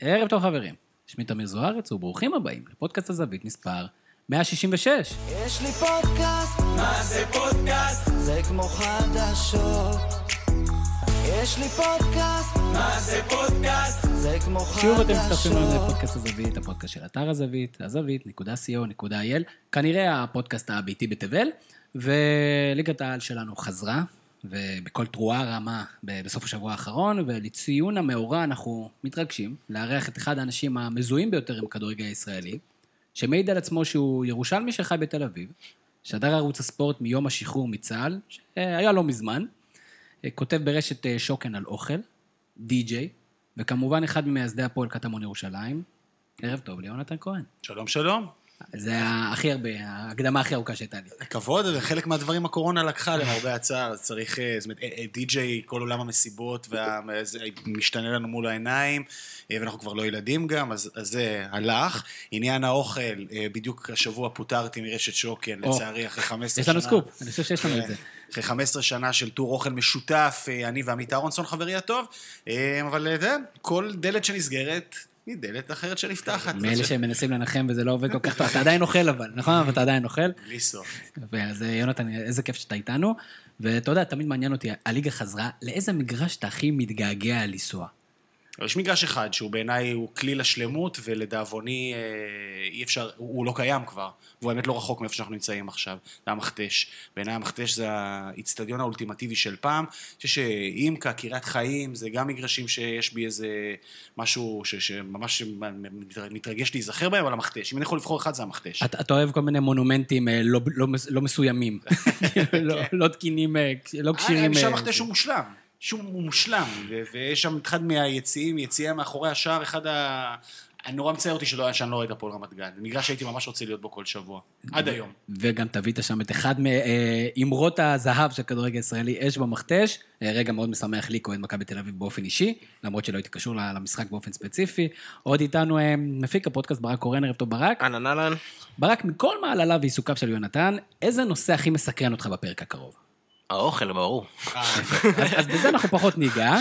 ערב טוב חברים, שמי תמיר זוארץ וברוכים הבאים לפודקאסט הזווית מספר 166. יש לי פודקאסט, מה זה פודקאסט? זה כמו חדשות. יש לי פודקאסט, מה זה פודקאסט? זה כמו חדשות. שוב אתם מצטרפים לנו לפודקאסט הזווית, הפודקאסט של אתר הזווית, הזווית.co.il, כנראה הפודקאסט הביתי בתבל, וליגת העל שלנו חזרה, ובכל תרועה רמה בסוף השבוע האחרון, ולציון המאורע אנחנו מתרגשים לארח את אחד האנשים המזוהים ביותר עם הכדורגל הישראלי, שמעיד על עצמו שהוא ירושלמי שחי בתל אביב, שדר ערוץ הספורט מיום השחרור מצה"ל, שהיה לא מזמן, כותב ברשת שוקן על אוכל, די-ג'יי, וכמובן אחד ממייסדי הפועל קטמון ירושלים. ערב טוב, יונתן כהן. שלום, שלום. זה הכי הרבה, ההקדמה הכי ארוכה שהייתה לי. כבוד, וחלק מהדברים הקורונה לקחה למרבה הצער, אז צריך, זאת אומרת, די-ג'יי, כל עולם המסיבות, משתנה לנו מול העיניים, ואנחנו כבר לא ילדים גם, אז זה הלך. עניין האוכל, בדיוק השבוע פוטרתי מרשת שוקן, לצערי, אחרי 15 שנה. יש לנו סקופ, אני חושב שיש לנו את זה. אחרי 15 שנה של טור אוכל משותף, אני ועמית אהרונסון חברי הטוב, אבל כל דלת שנסגרת, היא דלת אחרת שנפתחת. מאלה שמנסים לנחם וזה לא עובד כל כך טוב. אתה עדיין אוכל אבל, נכון? אבל אתה עדיין אוכל. בלי סוף. אז יונתן, איזה כיף שאתה איתנו. ואתה יודע, תמיד מעניין אותי, הליגה חזרה, לאיזה מגרש אתה הכי מתגעגע לנסוע? יש מגרש אחד שהוא בעיניי הוא כלי לשלמות, ולדאבוני אי אפשר, הוא לא קיים כבר, והוא באמת לא רחוק מאיפה שאנחנו נמצאים עכשיו, זה המכתש. בעיניי המכתש זה האצטדיון האולטימטיבי של פעם, שאימקה, קריית חיים, זה גם מגרשים שיש בי איזה משהו שממש מתרגש להיזכר בהם, אבל המכתש, אם אני יכול לבחור אחד זה המכתש. אתה אוהב כל מיני מונומנטים לא מסוימים, לא תקינים, לא קשירים. אני חושב המכתש הוא מושלם. שהוא מושלם, ויש שם אחד מהיציאים, יציאה מאחורי השער, נורא מצייר אותי שאני לא רואה את הפועל רמת גן, זה מגרש שהייתי ממש רוצה להיות בו כל שבוע, עד היום. וגם תבית שם את אחד מאמרות הזהב של כדורגל ישראלי, אש במכתש, רגע מאוד משמח לי, כהן מכבי תל אביב באופן אישי, למרות שלא הייתי קשור למשחק באופן ספציפי. עוד איתנו מפיק הפודקאסט ברק קורן, ערב טוב ברק. אהלן. ברק, מכל מעלליו ועיסוקיו של יונתן, איזה נושא הכי מסקרן אותך בפרק הקרוב? האוכל, ברור. אז בזה אנחנו פחות ניגע.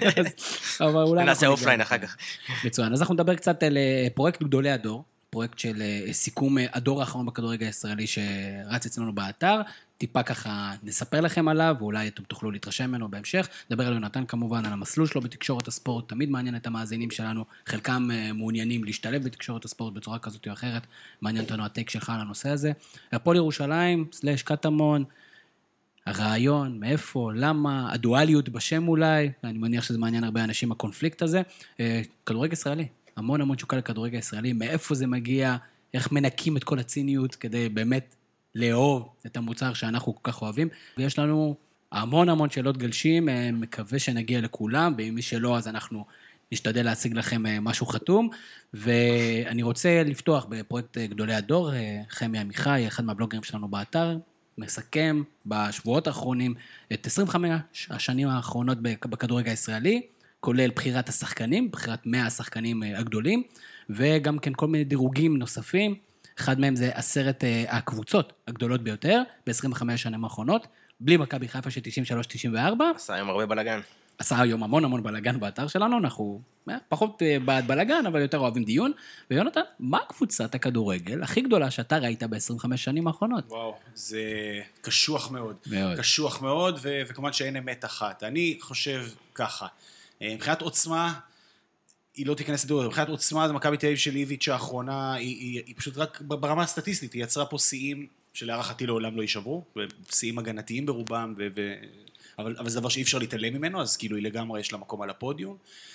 נעשה אופליין אחר כך. מצוין. אז אנחנו נדבר קצת על פרויקט גדולי הדור, פרויקט של סיכום הדור האחרון בכדורגל הישראלי שרץ אצלנו באתר, טיפה ככה נספר לכם עליו, ואולי אתם תוכלו להתרשם ממנו בהמשך. נדבר על יונתן כמובן, על המסלול שלו בתקשורת הספורט, תמיד מעניין את המאזינים שלנו, חלקם מעוניינים להשתלב בתקשורת הספורט בצורה כזאת או אחרת, מעניין אותנו הטייק שלך על הנושא הזה. הפועל ירושלים, /קטמון, הרעיון, מאיפה, למה, הדואליות בשם אולי, אני מניח שזה מעניין הרבה אנשים, הקונפליקט הזה, כדורגל ישראלי, המון תשוקה לכדורגל ישראלי, מאיפה זה מגיע, איך מנקים את כל הציניות, כדי באמת לאהוב את המוצר שאנחנו כל כך אוהבים, ויש לנו המון שאלות גלשים, מקווה שנגיע לכולם, ואם שלא, אז אנחנו נשתדל להשיג לכם משהו חתום, ואני רוצה לפתוח בפרויקט גדולי הדור, חמי עמיחי, אחד מהבלוגרים שלנו באתר, מסכם בשבועות האחרונים את 25 השנים האחרונות בכדורגל הישראלי, כולל בחירת השחקנים, בחירת 100 השחקנים הגדולים, וגם כן כל מיני דירוגים נוספים, אחד מהם זה 10 הקבוצות הגדולות ביותר, ב-25 השנים האחרונות, בלי מכבי חיפה של 93-94. עשה היום הרבה בלגן. עשה היום המון בלגן באתר שלנו, אנחנו פחות בעד בלגן, אבל יותר אוהבים דיון. ויונתן, מה קבוצת הכדורגל הכי גדולה שאתה ראית ב-25 שנים האחרונות? וואו, זה קשוח מאוד. קשוח מאוד, וכמובן שאין אמת אחת. אני חושב ככה, מבחינת עוצמה, היא לא תיכנס לדור, מבחינת עוצמה, זה מכבי תל אביב של איביץ' האחרונה, היא פשוט רק ברמה הסטטיסטית, היא יצרה פה שיאים שלהערכתי לעולם לא יישברו, שיאים הגנתיים ברובם, אבל זה דבר שאי אפשר להתעלם ממנו, אז כאילו היא לגמרי יש לה מקום על הפודיום.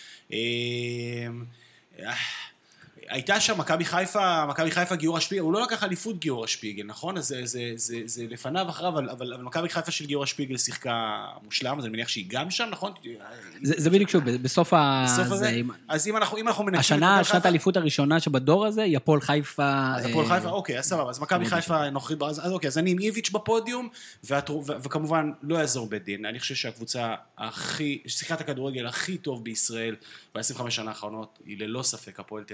הייתה שם מכבי חיפה גיורא שפיגל, הוא לא לקח אליפות גיורא שפיגל, נכון? אז זה לפניו אחריו, אבל מכבי חיפה של גיורא שפיגל שיחקה מושלם, אז אני מניח שהיא גם שם, נכון? זה בדיוק שוב, בסוף הזה, אז אם אנחנו מנקים... השנה, שנת האליפות הראשונה שבדור הזה, היא הפועל חיפה... אז הפועל חיפה, אוקיי, אז סבבה, אז מכבי חיפה נוכחית, אז אוקיי, אז אני עם איביץ' בפודיום, וכמובן לא יעזור בית דין, אני חושב שהקבוצה הכי, שיחת הכדורגל הכי טוב בישראל, ב-25 שנה האחרונות, היא ללא ספק הפועל תל אביב,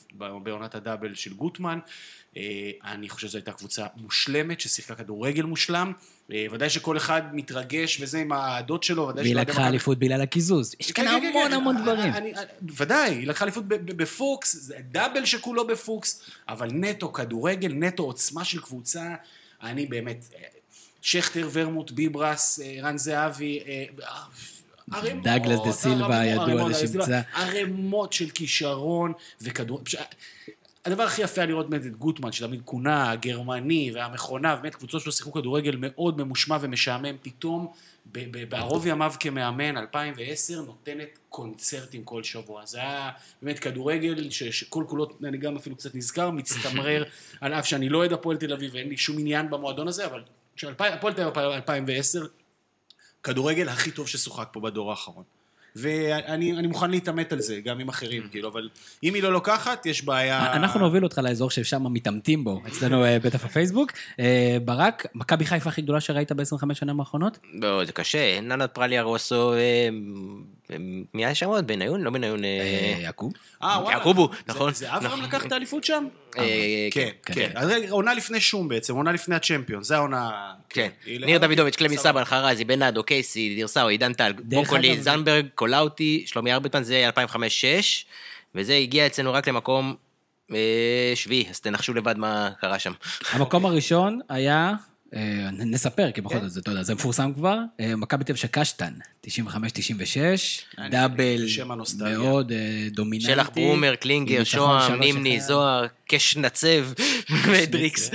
בעונת הדאבל של גוטמן. אני חושב שזו הייתה קבוצה מושלמת, ששיחקה כדורגל מושלם. ודאי שכל אחד מתרגש וזה עם העדות שלו. והיא לקחה אליפות בגלל הקיזוז. יש כאן המון דברים. ודאי, היא לקחה אליפות בפוקס, זה דאבל שכולו בפוקס, אבל נטו כדורגל, נטו עוצמה של קבוצה. אני באמת, שכטר, ורמוט, ביברס, רן זהבי, דאגלס דה סילבה, ידוע לשמצה. הרמות של כישרון וכדורגל. הדבר הכי יפה היה לראות את גוטמן, שתמיד כונה, הגרמני והמכונה, באמת קבוצות שלו שיחקו כדורגל מאוד ממושמע ומשעמם, פתאום בערוב ימיו כמאמן, 2010, נותנת קונצרטים כל שבוע. זה היה באמת כדורגל שכל כולו, אני גם אפילו קצת נזכר, מצטמרר, על אף שאני לא אוהד הפועל תל אביב, ואין לי שום עניין במועדון הזה, אבל הפועל תל אביב 2010, כדורגל הכי טוב ששוחק פה בדור האחרון. ואני מוכן להתאמת על זה, גם עם אחרים, כאילו, אבל אם היא לא לוקחת, יש בעיה... אנחנו נוביל אותך לאזור ששם מתאמתים בו, אצלנו בטח הפייסבוק. ברק, מכבי חיפה הכי גדולה שראית ב-25 שנים האחרונות? לא, זה קשה, ננת פרליה רוסו, מי היה שם עוד? בניון? לא בניון... יעקוב? יעקובו, נכון. זה אברהם לקח את האליפות שם? כן. אז עונה לפני שום בעצם, עונה לפני הצ'מפיון, זה העונה... כן, ניר דוידוביץ', קלמי סבן, חרזי, בנאדו, קייסי, דירסאו, עידן טל, בוקולי, זנברג, קולאוטי, שלומי ארבטמן, זה 2005-2006, וזה הגיע אצלנו רק למקום שביעי, אז תנחשו לבד מה קרה שם. המקום הראשון היה, נספר, כי בכל זאת, אתה יודע, זה מפורסם כבר, מכבי תל אביב קשטן, 95-96, דאבל מאוד דומיננטי. שלח ברומר, קלינגר, שוהם, נימני, זוהר, קש נצב, ודריקס.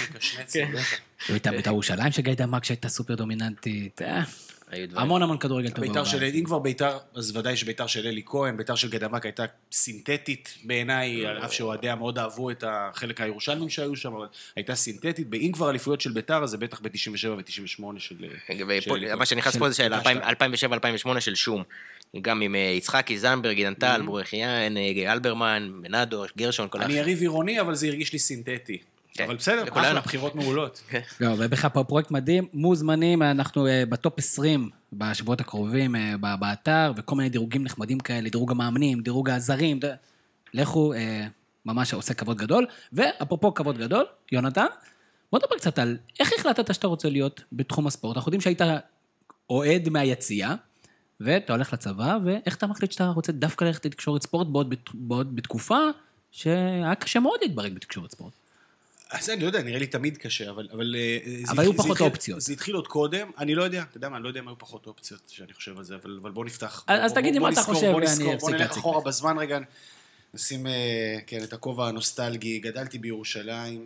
הייתה בית"ר ירושלים שגיא דמק שהייתה סופר דומיננטית, המון כדורגל טוב. אם כבר בית"ר, אז ודאי שבית"ר של אלי כהן, בית"ר של גיא דמק הייתה סינתטית בעיניי, על אף שאוהדיה מאוד אהבו את החלק הירושלמים שהיו שם, אבל הייתה סינתטית, אם כבר אליפויות של בית"ר, אז זה בטח ב-97 ו-98 של... מה שנכנס פה זה של 2007-2008 של שום. גם עם יצחקי, זנברג, עידן טל, בורחיין, אלברמן, בנאדו, גרשון, כל אני יריב עירוני, אבל זה הרגיש לי סינתטי. אבל בסדר, אחלה, בחירות מעולות. ובכלל פה פרויקט מדהים, מוזמנים, אנחנו בטופ 20 בשבועות הקרובים באתר, וכל מיני דירוגים נחמדים כאלה, דירוג המאמנים, דירוג הזרים, לכו, ממש עושה כבוד גדול, ואפרופו כבוד גדול, יונתן, בוא נדבר קצת על איך החלטת שאתה רוצה להיות בתחום הספורט, אנחנו יודעים שהיית אוהד מהיציאה, ואתה הולך לצבא, ואיך אתה מחליט שאתה רוצה דווקא ללכת לתקשורת ספורט, בעוד בתקופה שהיה קשה מאוד להתברג בתקשורת ספורט. אז אני לא יודע, נראה לי תמיד קשה, אבל היו פחות אופציות. זה התחיל עוד קודם, אני לא יודע, אתה יודע מה, אני לא יודע אם היו פחות אופציות שאני חושב על זה, אבל בוא נפתח. אז תגיד לי מה אתה חושב, ואני אפסיק להציג. בוא נלך אחורה בזמן רגע, נשים את הכובע הנוסטלגי, גדלתי בירושלים,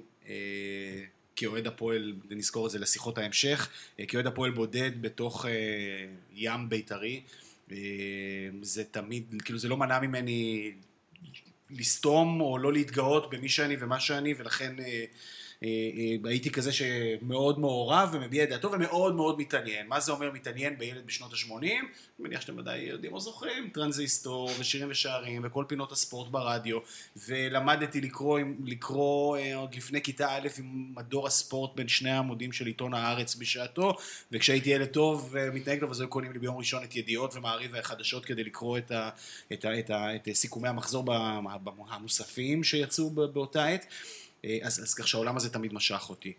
כאוהד הפועל, נזכור את זה לשיחות ההמשך, כאוהד הפועל בודד בתוך ים בית"רי, זה תמיד, כאילו זה לא מנע ממני לסתום או לא להתגאות במי שאני ומה שאני, ולכן הייתי כזה שמאוד מעורב ומביע את דעתו ומאוד מאוד מתעניין. מה זה אומר מתעניין בילד בשנות ה-80? אני מניח שאתם ודאי יודעים או זוכרים, טרנזיסטור ושירים ושערים וכל פינות הספורט ברדיו, ולמדתי לקרוא עוד לפני כיתה א' עם מדור הספורט בין שני העמודים של עיתון הארץ בשעתו, וכשהייתי ילד טוב ומתנהג טוב, אז היו קונים לי ביום ראשון את ידיעות ומעריב והחדשות כדי לקרוא את סיכומי המחזור המוספים שיצאו באותה עת. אז כך שהעולם הזה תמיד משך אותי.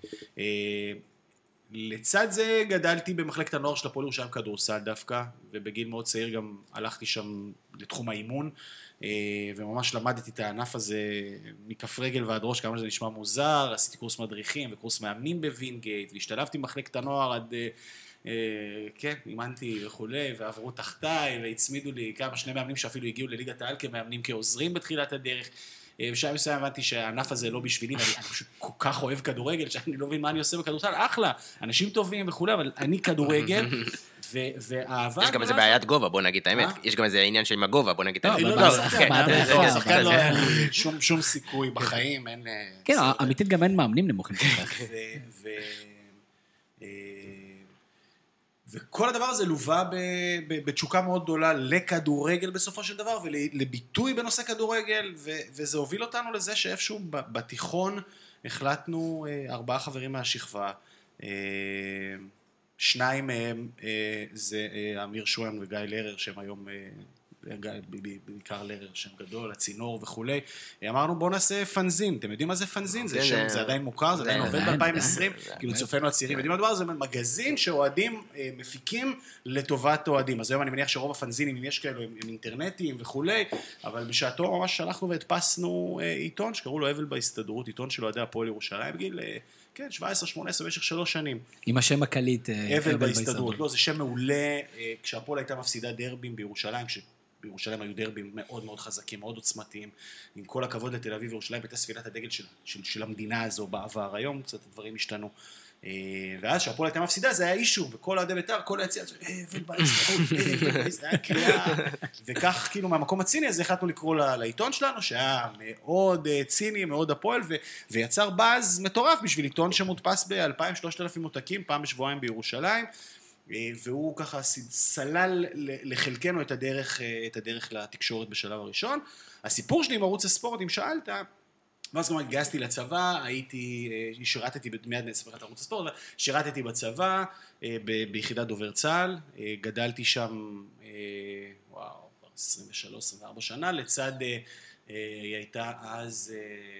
לצד זה גדלתי במחלקת הנוער של הפועל ירושלים כדורסל דווקא, ובגיל מאוד צעיר גם הלכתי שם לתחום האימון, וממש למדתי את הענף הזה מכף רגל ועד ראש, כמה שזה נשמע מוזר, עשיתי קורס מדריכים וקורס מאמנים בווינגייט, והשתלבתי במחלקת הנוער עד... כן, אימנתי וכולי, ועברו תחתיי, והצמידו לי שני מאמנים שאפילו הגיעו לליגת העל כמאמנים כעוזרים בתחילת הדרך, בשעה מסוים הבנתי שהענף הזה לא בשבילי, ואני פשוט כל כך אוהב כדורגל, שאני לא מבין מה אני עושה בכדורסל, אחלה, אנשים טובים וכולי, אבל אני כדורגל, ואהבה... יש גם איזה בעיית גובה, בוא נגיד את האמת, יש גם איזה עניין של הגובה, בוא נגיד את האמת. לא, שום סיכוי בחיים, אין... כן, אמיתית גם אין מאמנים נמוכים. וכל הדבר הזה לווה בתשוקה מאוד גדולה לכדורגל בסופו של דבר, ולביטוי בנושא כדורגל, וזה הוביל אותנו לזה שאיפשהו בתיכון החלטנו 4 חברים מהשכבה, 2 מהם זה אמיר שואן וגיא לרר, שהם היום בעיקר לרר שם גדול, הצינור וכולי, אמרנו בוא נעשה פנזין, אתם יודעים מה זה פנזין? זה עדיין מוכר, זה עדיין עובד ב-2020, כאילו צופנו הצעירים, יודעים מה דבר? זה מגזין שאוהדים מפיקים לטובת אוהדים, אז היום אני מניח שרוב הפנזינים, אם יש כאלו, הם אינטרנטיים וכולי, אבל בשעתו ממש שלחנו והדפסנו עיתון שקראו לו אבל בהסתדרות, עיתון של אוהדי הפועל ירושלים, בגיל, כן, 17-18 במשך 3 שנים. עם השם הקליט, אבל בהסתדרות. לא, זה שם מעולה, כשהפועל הייתה מפסידה דרבים בירושלים, בירושלים היו דרבים מאוד מאוד חזקים, מאוד עוצמתיים, עם כל הכבוד לתל אביב וירושלים, הייתה ספילת הדגל של המדינה הזו בעבר, היום קצת הדברים השתנו. ואז כשהפועל הייתה מפסידה, זה היה אישו, וכל עדי בית"ר, כל היציאה, זה היה קריאה, וכך כאילו מהמקום הציני הזה החלטנו לקרוא לעיתון שלנו, שהיה מאוד ציני, מאוד הפועל, ויצר באז מטורף בשביל עיתון שמודפס ב-2,000-3,000 מותקים, פעם בשבועיים בירושלים, והוא ככה סלל לחלקנו את הדרך לתקשורת בשלב הראשון. הסיפור שלי עם ערוץ הספורט, אם שאלת, ואז גם התגייסתי לצבא, שירתתי, מיד נספר את ערוץ הספורט, שירתתי בצבא, ביחידת דובר צה"ל, גדלתי שם, 23-24 שנה, לצד, היא הייתה אז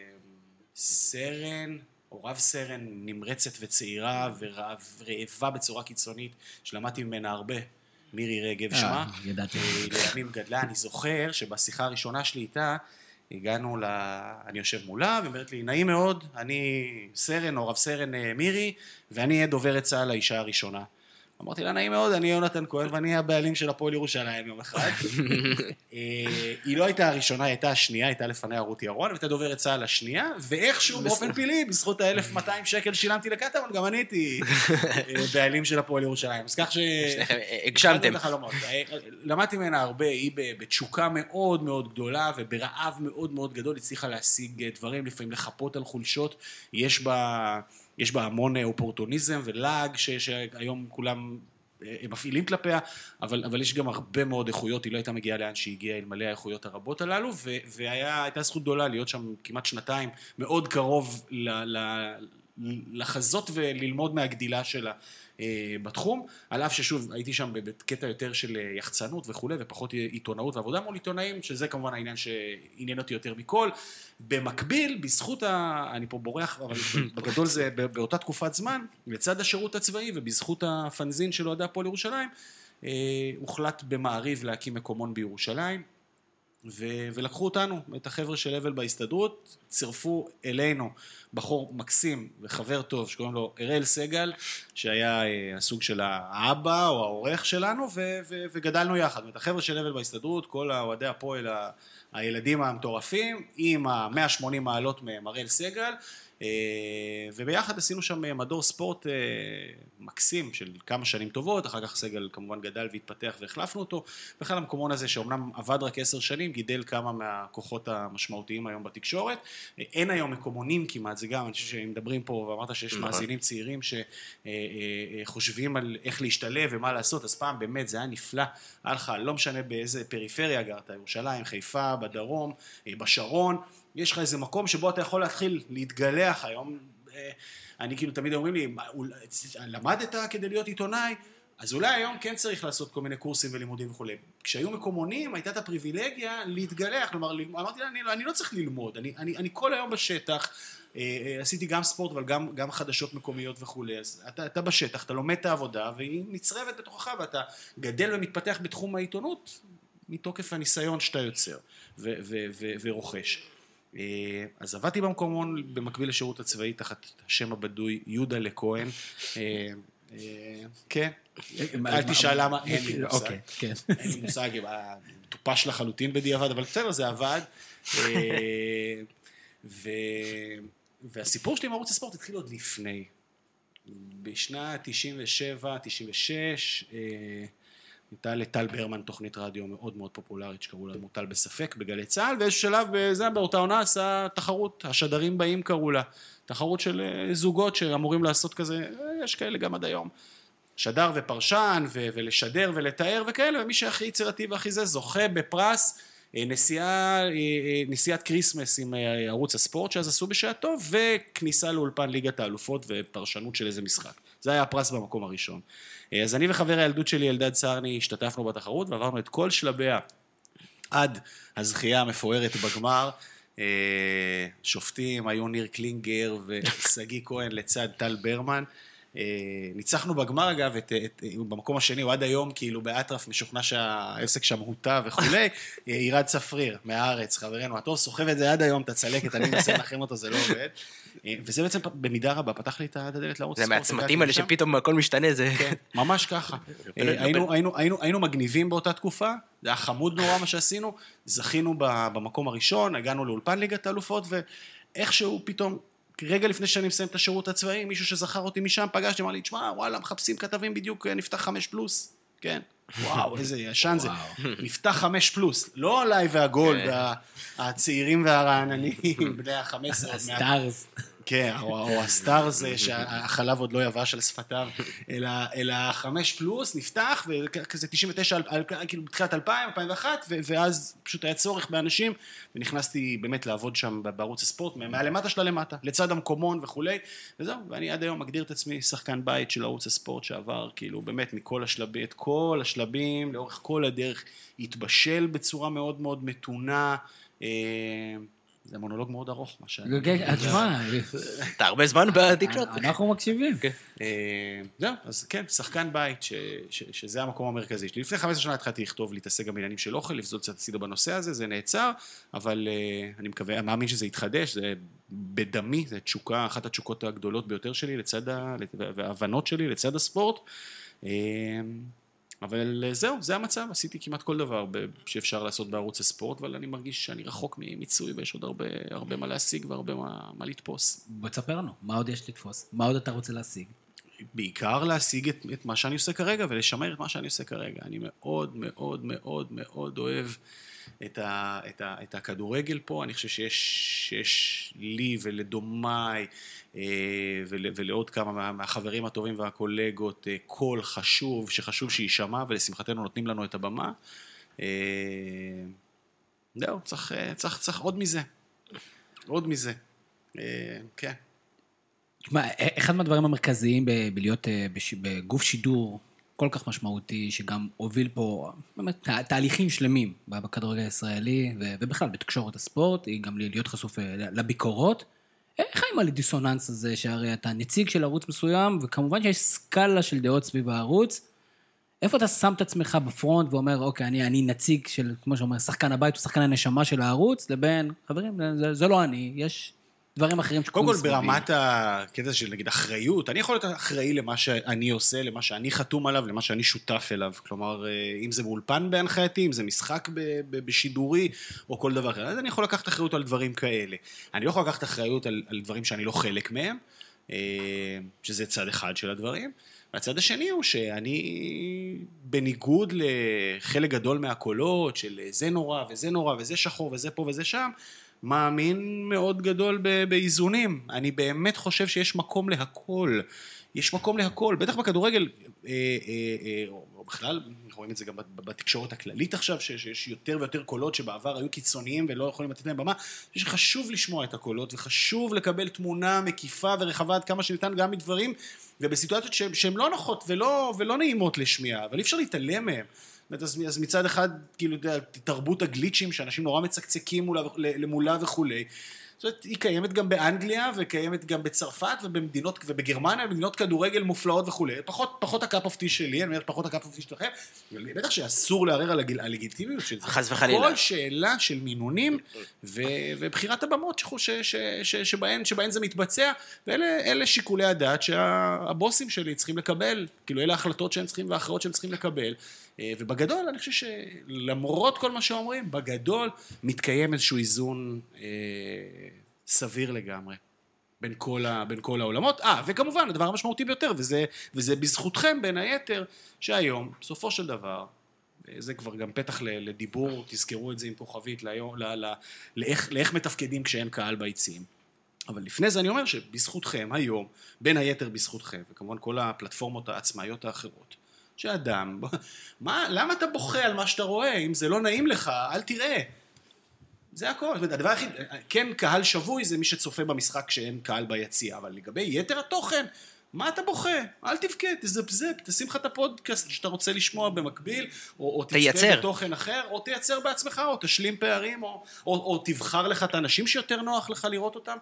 סרן, או רב סרן, נמרצת וצעירה, ורעבה בצורה קיצונית, שלמדתי ממנה הרבה, מירי רגב שמה, לימים גדלה, אני זוכר שבשיחה הראשונה שלי איתה, הגענו אני יושב מולה, ואומרת לי, נעים מאוד, אני סרן או רב סרן מירי, ואני אהיה דוברת צה"ל האישה הראשונה. אמרתי לה, נעים מאוד, אני יונתן כהן, ואני הבעלים של הפועל ירושלים יום אחד. היא לא הייתה הראשונה, היא הייתה השנייה, הייתה לפניה רות ירון, והייתה דוברת צה"ל השנייה, ואיכשהו באופן פילי, בזכות ה-1,200 שקל שילמתי לקטמון, גם אני הייתי בעלים של הפועל ירושלים. אז כך ש... הגשמתם. למדתי ממנה הרבה, היא בתשוקה מאוד מאוד גדולה, וברעב מאוד מאוד גדול, הצליחה להשיג דברים, לפעמים לחפות על חולשות, יש בה המון אופורטוניזם ולאג שהיום כולם מפעילים כלפיה, אבל יש גם הרבה מאוד איכויות, היא לא הייתה מגיעה לאן שהיא הגיעה אלמלא האיכויות הרבות הללו, והייתה זכות גדולה להיות שם כמעט 2 מאוד קרוב לחזות וללמוד מהגדילה שלה בתחום, על אף ששוב הייתי שם בקטע יותר של יחצנות וכו' ופחות עיתונאות ועבודה מול עיתונאים, שזה כמובן העניין שעניין אותי יותר מכל. במקביל, בזכות אני פה בורח, אבל בגדול זה באותה תקופת זמן, לצד השירות הצבאי ובזכות הפנזין של אוהדי הפועל ירושלים, הוחלט במעריב להקים מקומון בירושלים, ולקחו אותנו, את החבר'ה של אבל בהסתדרות, צירפו אלינו בחור מקסים וחבר טוב שקוראים לו אראל סגל, שהיה הסוג של האבא או העורך שלנו, וגדלנו יחד. את החבר'ה של אבל בהסתדרות, כל אוהדי הפועל, הילדים המטורפים, עם ה-180 מעלות מהם, אראל סגל, וביחד עשינו שם מדור ספורט מקסים של כמה שנים טובות, אחר כך סגל כמובן גדל והתפתח והחלפנו אותו, בכלל המקומון הזה שאומנם עבד רק 10 שנים, גידל כמה מהכוחות המשמעותיים היום בתקשורת, אין היום מקומונים כמעט, זה גם, אני חושב שמדברים פה ואמרת שיש מאזינים צעירים שחושבים על איך להשתלב ומה לעשות, אז פעם באמת זה היה נפלא, הלכה, לא משנה באיזה פריפריה גרת, ירושלים, חיפה, בדרום, בשרון, יש לך איזה מקום שבו אתה יכול להתחיל להתגלח היום, אני כאילו תמיד אומרים לי, למדת כדי להיות עיתונאי, אז אולי היום כן צריך לעשות כל מיני קורסים ולימודים וכו'. כשהיו מקומונים, הייתה את הפריבילגיה להתגלח, כלומר, אמרתי לה, אני לא צריך ללמוד, אני כל היום בשטח, עשיתי גם ספורט, אבל גם חדשות מקומיות וכו', אז אתה בשטח, אתה לומד את העבודה, והיא נצרבת בתוכך, ואתה גדל ומתפתח בתחום העיתונות, מתוקף הניסיון שאתה יוצר ורוכש. אז עבדתי במקומון במקביל לשירות הצבאי תחת השם הבדוי יהודה לכהן, כן, אל תשאל למה, אין לי מושג, אין לי מושג, טופש לחלוטין בדיעבד, אבל בסדר, זה עבד, והסיפור שלי עם ערוץ הספורט התחיל עוד לפני, בשנת 97, 96, הייתה לטל ברמן תוכנית רדיו מאוד מאוד פופולרית שקראו לה מוטל בספק בגלי צה"ל, ואיזשהו שלב באותה עונה עשה תחרות, השדרים באים קראו לה, תחרות של זוגות שאמורים לעשות כזה, יש כאלה גם עד היום, שדר ופרשן ולשדר ולתאר וכאלה, ומי שהכי יצירתי והכי זה זוכה בפרס נסיעת קריסמס עם ערוץ הספורט שאז עשו בשעתו, וכניסה לאולפן ליגת האלופות ופרשנות של איזה משחק. זה היה הפרס במקום הראשון. אז אני וחבר הילדות שלי, אלדד סרני, השתתפנו בתחרות ועברנו את כל שלביה עד הזכייה המפוארת בגמר, שופטים היו ניר קלינגר וסגי כהן לצד טל ברמן. ניצחנו בגמר אגב, במקום השני, הוא עד היום כאילו באטרף משוכנע שהעסק שם הוטה וכולי, עירד צפריר מהארץ, חברנו הטוב, סוחב את זה עד היום, תצלקת, אני מנסה לנחם אותו, זה לא עובד. וזה בעצם במידה רבה, פתח לי את הדלת לערוץ ספורט. זה מהצמתים האלה שפתאום הכל משתנה, זה... כן, ממש ככה. היינו מגניבים באותה תקופה, זה היה חמוד נורא מה שעשינו, זכינו במקום הראשון, הגענו לאולפן ליגת האלופות, ואיכשהו פתאום, רגע לפני שאני מסיים את השירות הצבאי, מישהו שזכר אותי משם, פגשתי, אמר לי, תשמע, וואלה, מחפשים כתבים בדיוק, נפתח 5+, כן. וואו, איזה ישן זה. נפתח 5+, לא עליי והגולד, הצעירים והרעננים, בני ה-15. הסטארס. כן, או הסטאר זה שהחלב עוד לא יבש על שפתיו, אלא 5+, נפתח, וכזה 99, כאילו בתחילת 2000, 2001, ואז פשוט היה צורך באנשים, ונכנסתי באמת לעבוד שם בערוץ הספורט, מהלמטה שלה למטה, לצד המקומון וכולי, וזהו, ואני עד היום מגדיר את עצמי שחקן בית של ערוץ הספורט, שעבר כאילו באמת מכל השלבים, את כל השלבים, לאורך כל הדרך, התבשל בצורה מאוד מאוד מתונה, זה מונולוג מאוד ארוך, מה שאני... תשמע, אתה הרבה זמן בתקשורת. אנחנו מקשיבים. זהו, אז כן, שחקן בית, שזה המקום המרכזי שלי. לפני 15 שנה התחלתי לכתוב, להתעסק גם בעניינים של אוכל, לבזול קצת הצידה בנושא הזה, זה נעצר, אבל אני מקווה, מאמין שזה יתחדש, זה בדמי, זה תשוקה, אחת התשוקות הגדולות ביותר שלי, וההבנות שלי, לצד הספורט. אבל זהו, זה המצב, עשיתי כמעט כל דבר שאפשר לעשות בערוץ הספורט, אבל אני מרגיש שאני רחוק ממיצוי, ויש עוד הרבה מה להשיג והרבה מה לתפוס. בוא תספר לנו, מה עוד יש לתפוס? מה עוד אתה רוצה להשיג? בעיקר להשיג את מה שאני עושה כרגע, ולשמר את מה שאני עושה כרגע. אני מאוד מאוד מאוד מאוד אוהב את הכדורגל פה, אני חושב שיש לי ולדומיי ולעוד כמה מהחברים הטובים והקולגות קול חשוב, שחשוב שישמע, ולשמחתנו נותנים לנו את הבמה. זהו, צריך עוד מזה. כן. תשמע, אחד מהדברים המרכזיים בלהיות בגוף שידור כל כך משמעותי, שגם הוביל פה באמת תהליכים שלמים בכדורגל הישראלי, ובכלל בתקשורת הספורט, היא גם להיות חשוף לביקורות. איך עם הדיסוננס הזה, שהרי אתה נציג של ערוץ מסוים, וכמובן שיש סקאלה של דעות סביב הערוץ, איפה אתה שם את עצמך בפרונט ואומר, אוקיי, אני נציג של, כמו שאומר, שחקן הבית או שחקן הנשמה של הערוץ, לבין, חברים, זה לא אני, יש דברים אחרים שקוראים סביבי. קודם כל ברמת הקטע של נגיד אחריות, אני יכול להיות אחראי למה שאני עושה, למה שאני חתום עליו, למה שאני שותף אליו, כלומר, אם זה באולפן בהנחייתי, אם זה משחק בשידורי, או כל דבר אחר, אז אני יכול לקחת אחריות על דברים כאלה. אני לא יכול לקחת אחריות על דברים שאני לא חלק מהם, שזה צד אחד של הדברים. והצד השני הוא שאני, בניגוד לחלק גדול מהקולות, של זה נורא וזה נורא וזה שחור וזה פה וזה שם, מאמין מאוד גדול באיזונים. אני באמת חושב שיש מקום להכל. יש מקום להכל. בטח בכדורגל, או בכלל, רואים את זה גם בתקשורת הכללית עכשיו, שיש יותר ויותר קולות שבעבר היו קיצוניים ולא יכולים לתת להם במה. שחשוב לשמוע את הקולות, וחשוב לקבל תמונה מקיפה ורחבה עד כמה שניתן גם מדברים, ובסיטואציות שהן לא נוחות ולא נעימות לשמיעה, אבל אי אפשר להתעלם מהם. אז מצד אחד, כאילו, תרבות הגליצ'ים, שאנשים נורא מצקצקים למולה וכולי, זאת אומרת, היא קיימת גם באנגליה, וקיימת גם בצרפת, ובגרמניה, במדינות כדורגל מופלאות וכולי. פחות הקאפ אופטי שלי, אני אומר, פחות הקאפ אופטי שלכם, בטח שאסור לערער על הלגיטימיות של זה. חס וחלילה. כל שאלה של מינונים, ובחירת הבמות שבהן זה מתבצע, ואלה שיקולי הדעת שהבוסים שלי צריכים לקבל, כאילו, אלה ההחלטות שהם צריכים, והאחרות שהם צריכים לקבל. ובגדול, אני חושב שלמרות כל מה שאומרים, בגדול מתקיים איזשהו איזון סביר לגמרי בין כל העולמות. וכמובן, הדבר המשמעותי ביותר, וזה בזכותכם בין היתר, שהיום, בסופו של דבר, זה כבר גם פתח לדיבור, תזכרו את זה עם כוכבית, לאיך מתפקדים כשאין קהל ביציעים. אבל לפני זה אני אומר שבזכותכם היום, בין היתר בזכותכם, וכמובן כל הפלטפורמות העצמאיות האחרות, שאדם, למה אתה בוכה על מה שאתה רואה? אם זה לא נעים לך, אל תראה. זה הכל. הדבר הכי, כן, קהל שבוי זה מי שצופה במשחק כשאין קהל ביציע, אבל לגבי יתר התוכן, מה אתה בוכה? אל תבכה, תזפזפ, תשים לך את הפודקאסט שאתה רוצה לשמוע במקביל, או תצפה בתוכן אחר, או תייצר בעצמך, או תשלים פערים, או תבחר לך את האנשים שיותר נוח לך לראות אותם,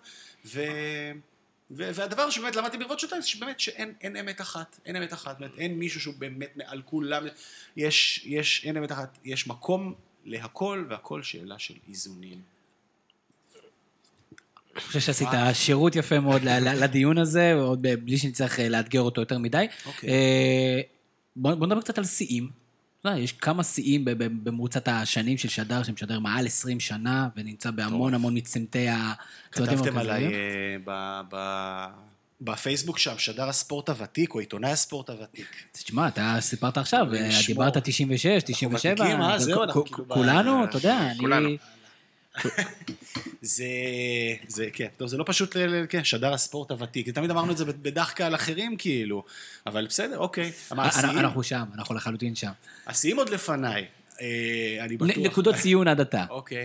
והדבר שבאמת למדתי ברבות שנתיים, זה שבאמת שאין אמת אחת, אין אמת אחת, אין מישהו שהוא באמת מעל כולם, אין אמת אחת, יש מקום להכל, והכל שאלה של איזונים. אני חושב שעשית שירות יפה מאוד לדיון הזה, ועוד בלי שנצטרך לאתגר אותו יותר מדי. בוא נדבר קצת על שיאים. יש כמה שיאים במרוצת השנים של שדר, שמשדר מעל 20 שנה, ונמצא בהמון המון מצמתי הצוותים כתבתם עליי בפייסבוק שם, שדר הספורט הוותיק, או עיתונאי הספורט הוותיק. תשמע, אתה סיפרת עכשיו, דיברת 96, 97, כולנו, אתה יודע, אני... כן, טוב, זה לא פשוט, כן, שדר הספורט הוותיק, תמיד אמרנו את זה בדחקה על אחרים כאילו, אבל בסדר, אוקיי. אנחנו שם, אנחנו לחלוטין שם. השיאים עוד לפניי, אני בטוח. נקודות ציון עד עתה. אוקיי.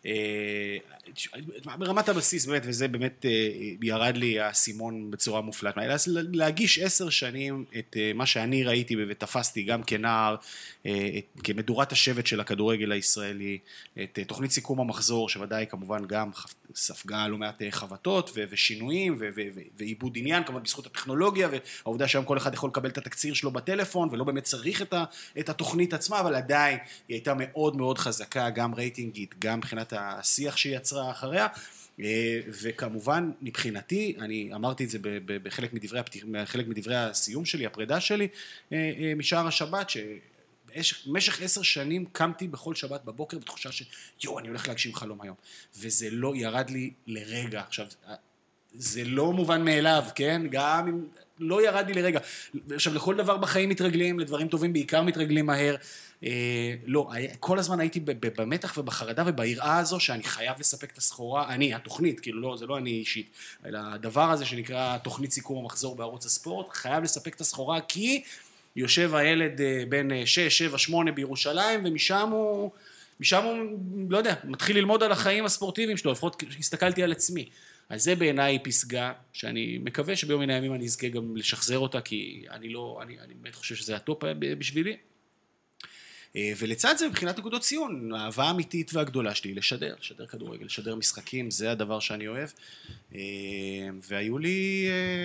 ברמת הבסיס באמת, וזה באמת ירד לי הסימון בצורה מופלאת, להגיש 10 שנים את מה שאני ראיתי ותפסתי גם כנער, כמדורת השבט של הכדורגל הישראלי, את תוכנית סיכום המחזור, שוודאי כמובן גם ספגה לא מעט חבטות ושינויים ועיבוד עניין, כמובן בזכות הטכנולוגיה, והעובדה שהיום כל אחד יכול לקבל את התקציר שלו בטלפון, ולא באמת צריך את התוכנית עצמה, אבל עדיין היא הייתה מאוד מאוד חזקה, גם רייטינגית, גם מבחינת השיח שהיא יצרה אחריה, וכמובן מבחינתי, אני אמרתי את זה בחלק מדברי הסיום שלי, הפרידה שלי, משער השבת, במשך 10 שנים קמתי בכל שבת בבוקר בתחושה אני הולך להגשים חלום היום, וזה לא ירד לי לרגע. עכשיו, זה לא מובן מאליו, כן? גם אם לא ירד לי לרגע. עכשיו, לכל דבר בחיים מתרגלים, לדברים טובים בעיקר מתרגלים מהר. לא, כל הזמן הייתי במתח ובחרדה וביראה הזו שאני חייב לספק את הסחורה, התוכנית, כאילו לא, זה לא אני אישית, אלא הדבר הזה שנקרא תוכנית סיכום המחזור בערוץ הספורט, חייב לספק את הסחורה כי יושב הילד בין 6, 7, 8 בירושלים, ומשם הוא, לא יודע, מתחיל ללמוד על החיים הספורטיביים שלו, לפחות הסתכלתי על עצמי. אז זה בעיניי פסגה, שאני מקווה שביום מן הימים אני אזכה גם לשחזר אותה, כי אני באמת חושב שזה הטופ בשבילי. ולצד זה, מבחינת נקודות ציון, האהבה האמיתית והגדולה שלי, לשדר כדורגל, לשדר משחקים, זה הדבר שאני אוהב. והיו לי...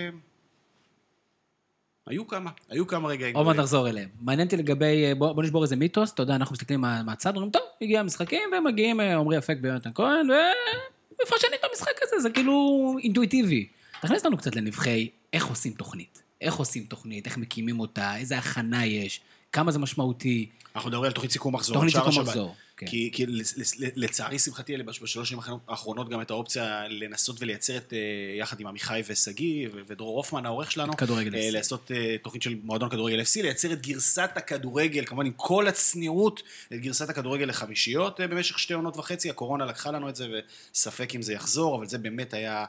היו כמה רגעים. עוד מעט נחזור אליהם. מעניין אותי לגבי, בוא נשבור איזה מיתוס, אתה יודע, אנחנו מסתכלים מהצד, אומרים, טוב, הגיע המשחקים, ומגיעים עומרי אפק ויונתן כהן, ומפרשנים את המשחק הזה, זה כאילו אינטואיטיבי. תכניס לנו קצת לנבחי, איך עושים תוכנית, איך מקימים אותה, איזה הכנה יש, כמה זה משמעותי. אנחנו מדברים על תוכנית סיכום מחזור. תוכנית סיכום מחזור, כן. כי לצערי שמחתי בשלוש שנים האחרונות גם את האופציה לנסות ולייצר את, יחד עם עמיחי וסגי ודרור הופמן, העורך שלנו, לעשות תוכנית של מועדון כדורגל FC, לייצר את גרסת הכדורגל, כמובן עם כל הצניעות, את גרסת הכדורגל לחמישיות במשך 2.5 עונות, הקורונה לקחה לנו את זה וספק אם זה יחזור, אבל זה באמת היה...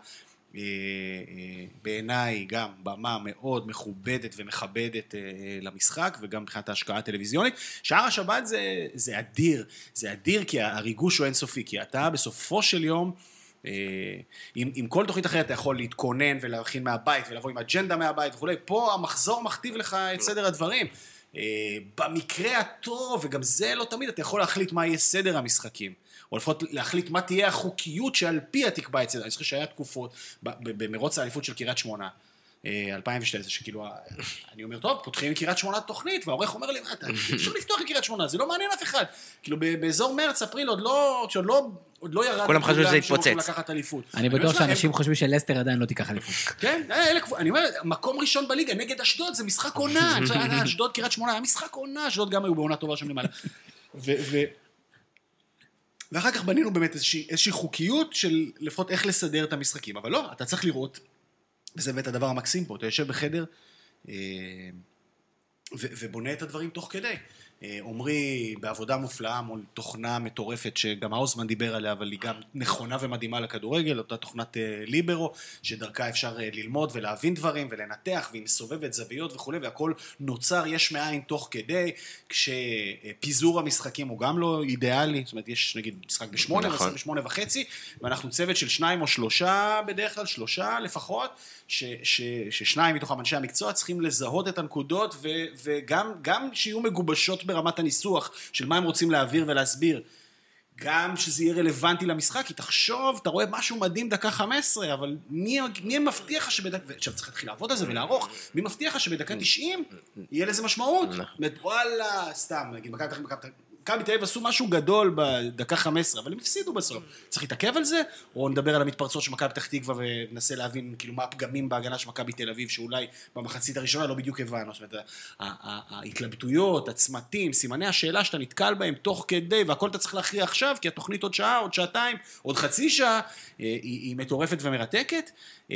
בעיניי גם במה מאוד מכובדת ומכבדת למשחק, וגם מבחינת ההשקעה הטלוויזיונית. שער השבת זה אדיר כי הריגוש הוא אינסופי, כי אתה בסופו של יום, עם כל תוכנית אחרת אתה יכול להתכונן ולהכין מהבית ולבוא עם אג'נדה מהבית וכו'. פה המחזור מכתיב לך את סדר הדברים. במקרה הטוב, וגם זה לא תמיד, אתה יכול להחליט מה יהיה סדר המשחקים. או לפחות להחליט מה תהיה החוקיות שעל פיה תקבע את זה. אני חושב שהיה תקופות במרוץ האליפות של קריית שמונה, 2012, שכאילו, אני אומר, טוב, פותחים קריית שמונה תוכנית, והעורך אומר לי, אתה אפשר לפתוח קריית שמונה, זה לא מעניין אף אחד. כאילו, באזור מרץ, אפריל, עוד לא ירד, כולם חשבו שזה יתפוצץ. לקחת אליפות. אני בטוח שאנשים חושבים שלסטר עדיין לא תיקח אליפות. כן, אני אומר, מקום ראשון בליגה, נגד אשדוד, זה משחק עונה. אשדוד, קריית שמונה, היה משחק עונה, אשדוד גם היו בעונה טובה שם למעלה. ואחר כך בנינו באמת איזושהי חוקיות של לפחות איך לסדר את המשחקים, אבל לא, אתה צריך לראות, וזה באמת הדבר המקסים פה, אתה יושב בחדר ובונה את הדברים תוך כדי. עומרי בעבודה מופלאה מול תוכנה מטורפת שגם האוזמן דיבר עליה, אבל היא גם נכונה ומדהימה לכדורגל, אותה תוכנת ליברו, שדרכה אפשר ללמוד ולהבין דברים ולנתח, והיא מסובבת זוויות וכו', והכל נוצר יש מאין תוך כדי, כשפיזור המשחקים הוא גם לא אידיאלי, זאת אומרת יש נגיד משחק ב8, נכון. 28.5, ואנחנו צוות של 2 או 3, בדרך כלל 3 לפחות, ששניים מתוכם אנשי המקצוע צריכים לזהות את הנקודות, וגם שיהיו מגובשות ברמת הניסוח של מה הם רוצים להעביר ולהסביר, גם שזה יהיה רלוונטי למשחק, כי תחשוב, אתה רואה משהו מדהים דקה 15, אבל מי מבטיח שבדקה, עכשיו צריך להתחיל לעבוד על זה ולערוך, מי מבטיח שבדקה 90 יהיה לזה משמעות? וואלה, סתם, נגיד, מכבי תל אביב עשו משהו גדול בדקה 15, אבל הם הפסידו בסוף. צריך להתעכב על זה, או נדבר על המתפרצות של מכבי פתח תקווה, וננסה להבין כאילו מה הפגמים בהגנה של מכבי תל אביב, שאולי במחצית הראשונה לא בדיוק הבנו. זאת אומרת, ההתלבטויות, הצמתים, סימני השאלה שאתה נתקל בהם תוך כדי, והכל אתה צריך להכריע עכשיו, כי התוכנית עוד שעה, עוד שעתיים, עוד חצי שעה, היא מטורפת ומרתקת,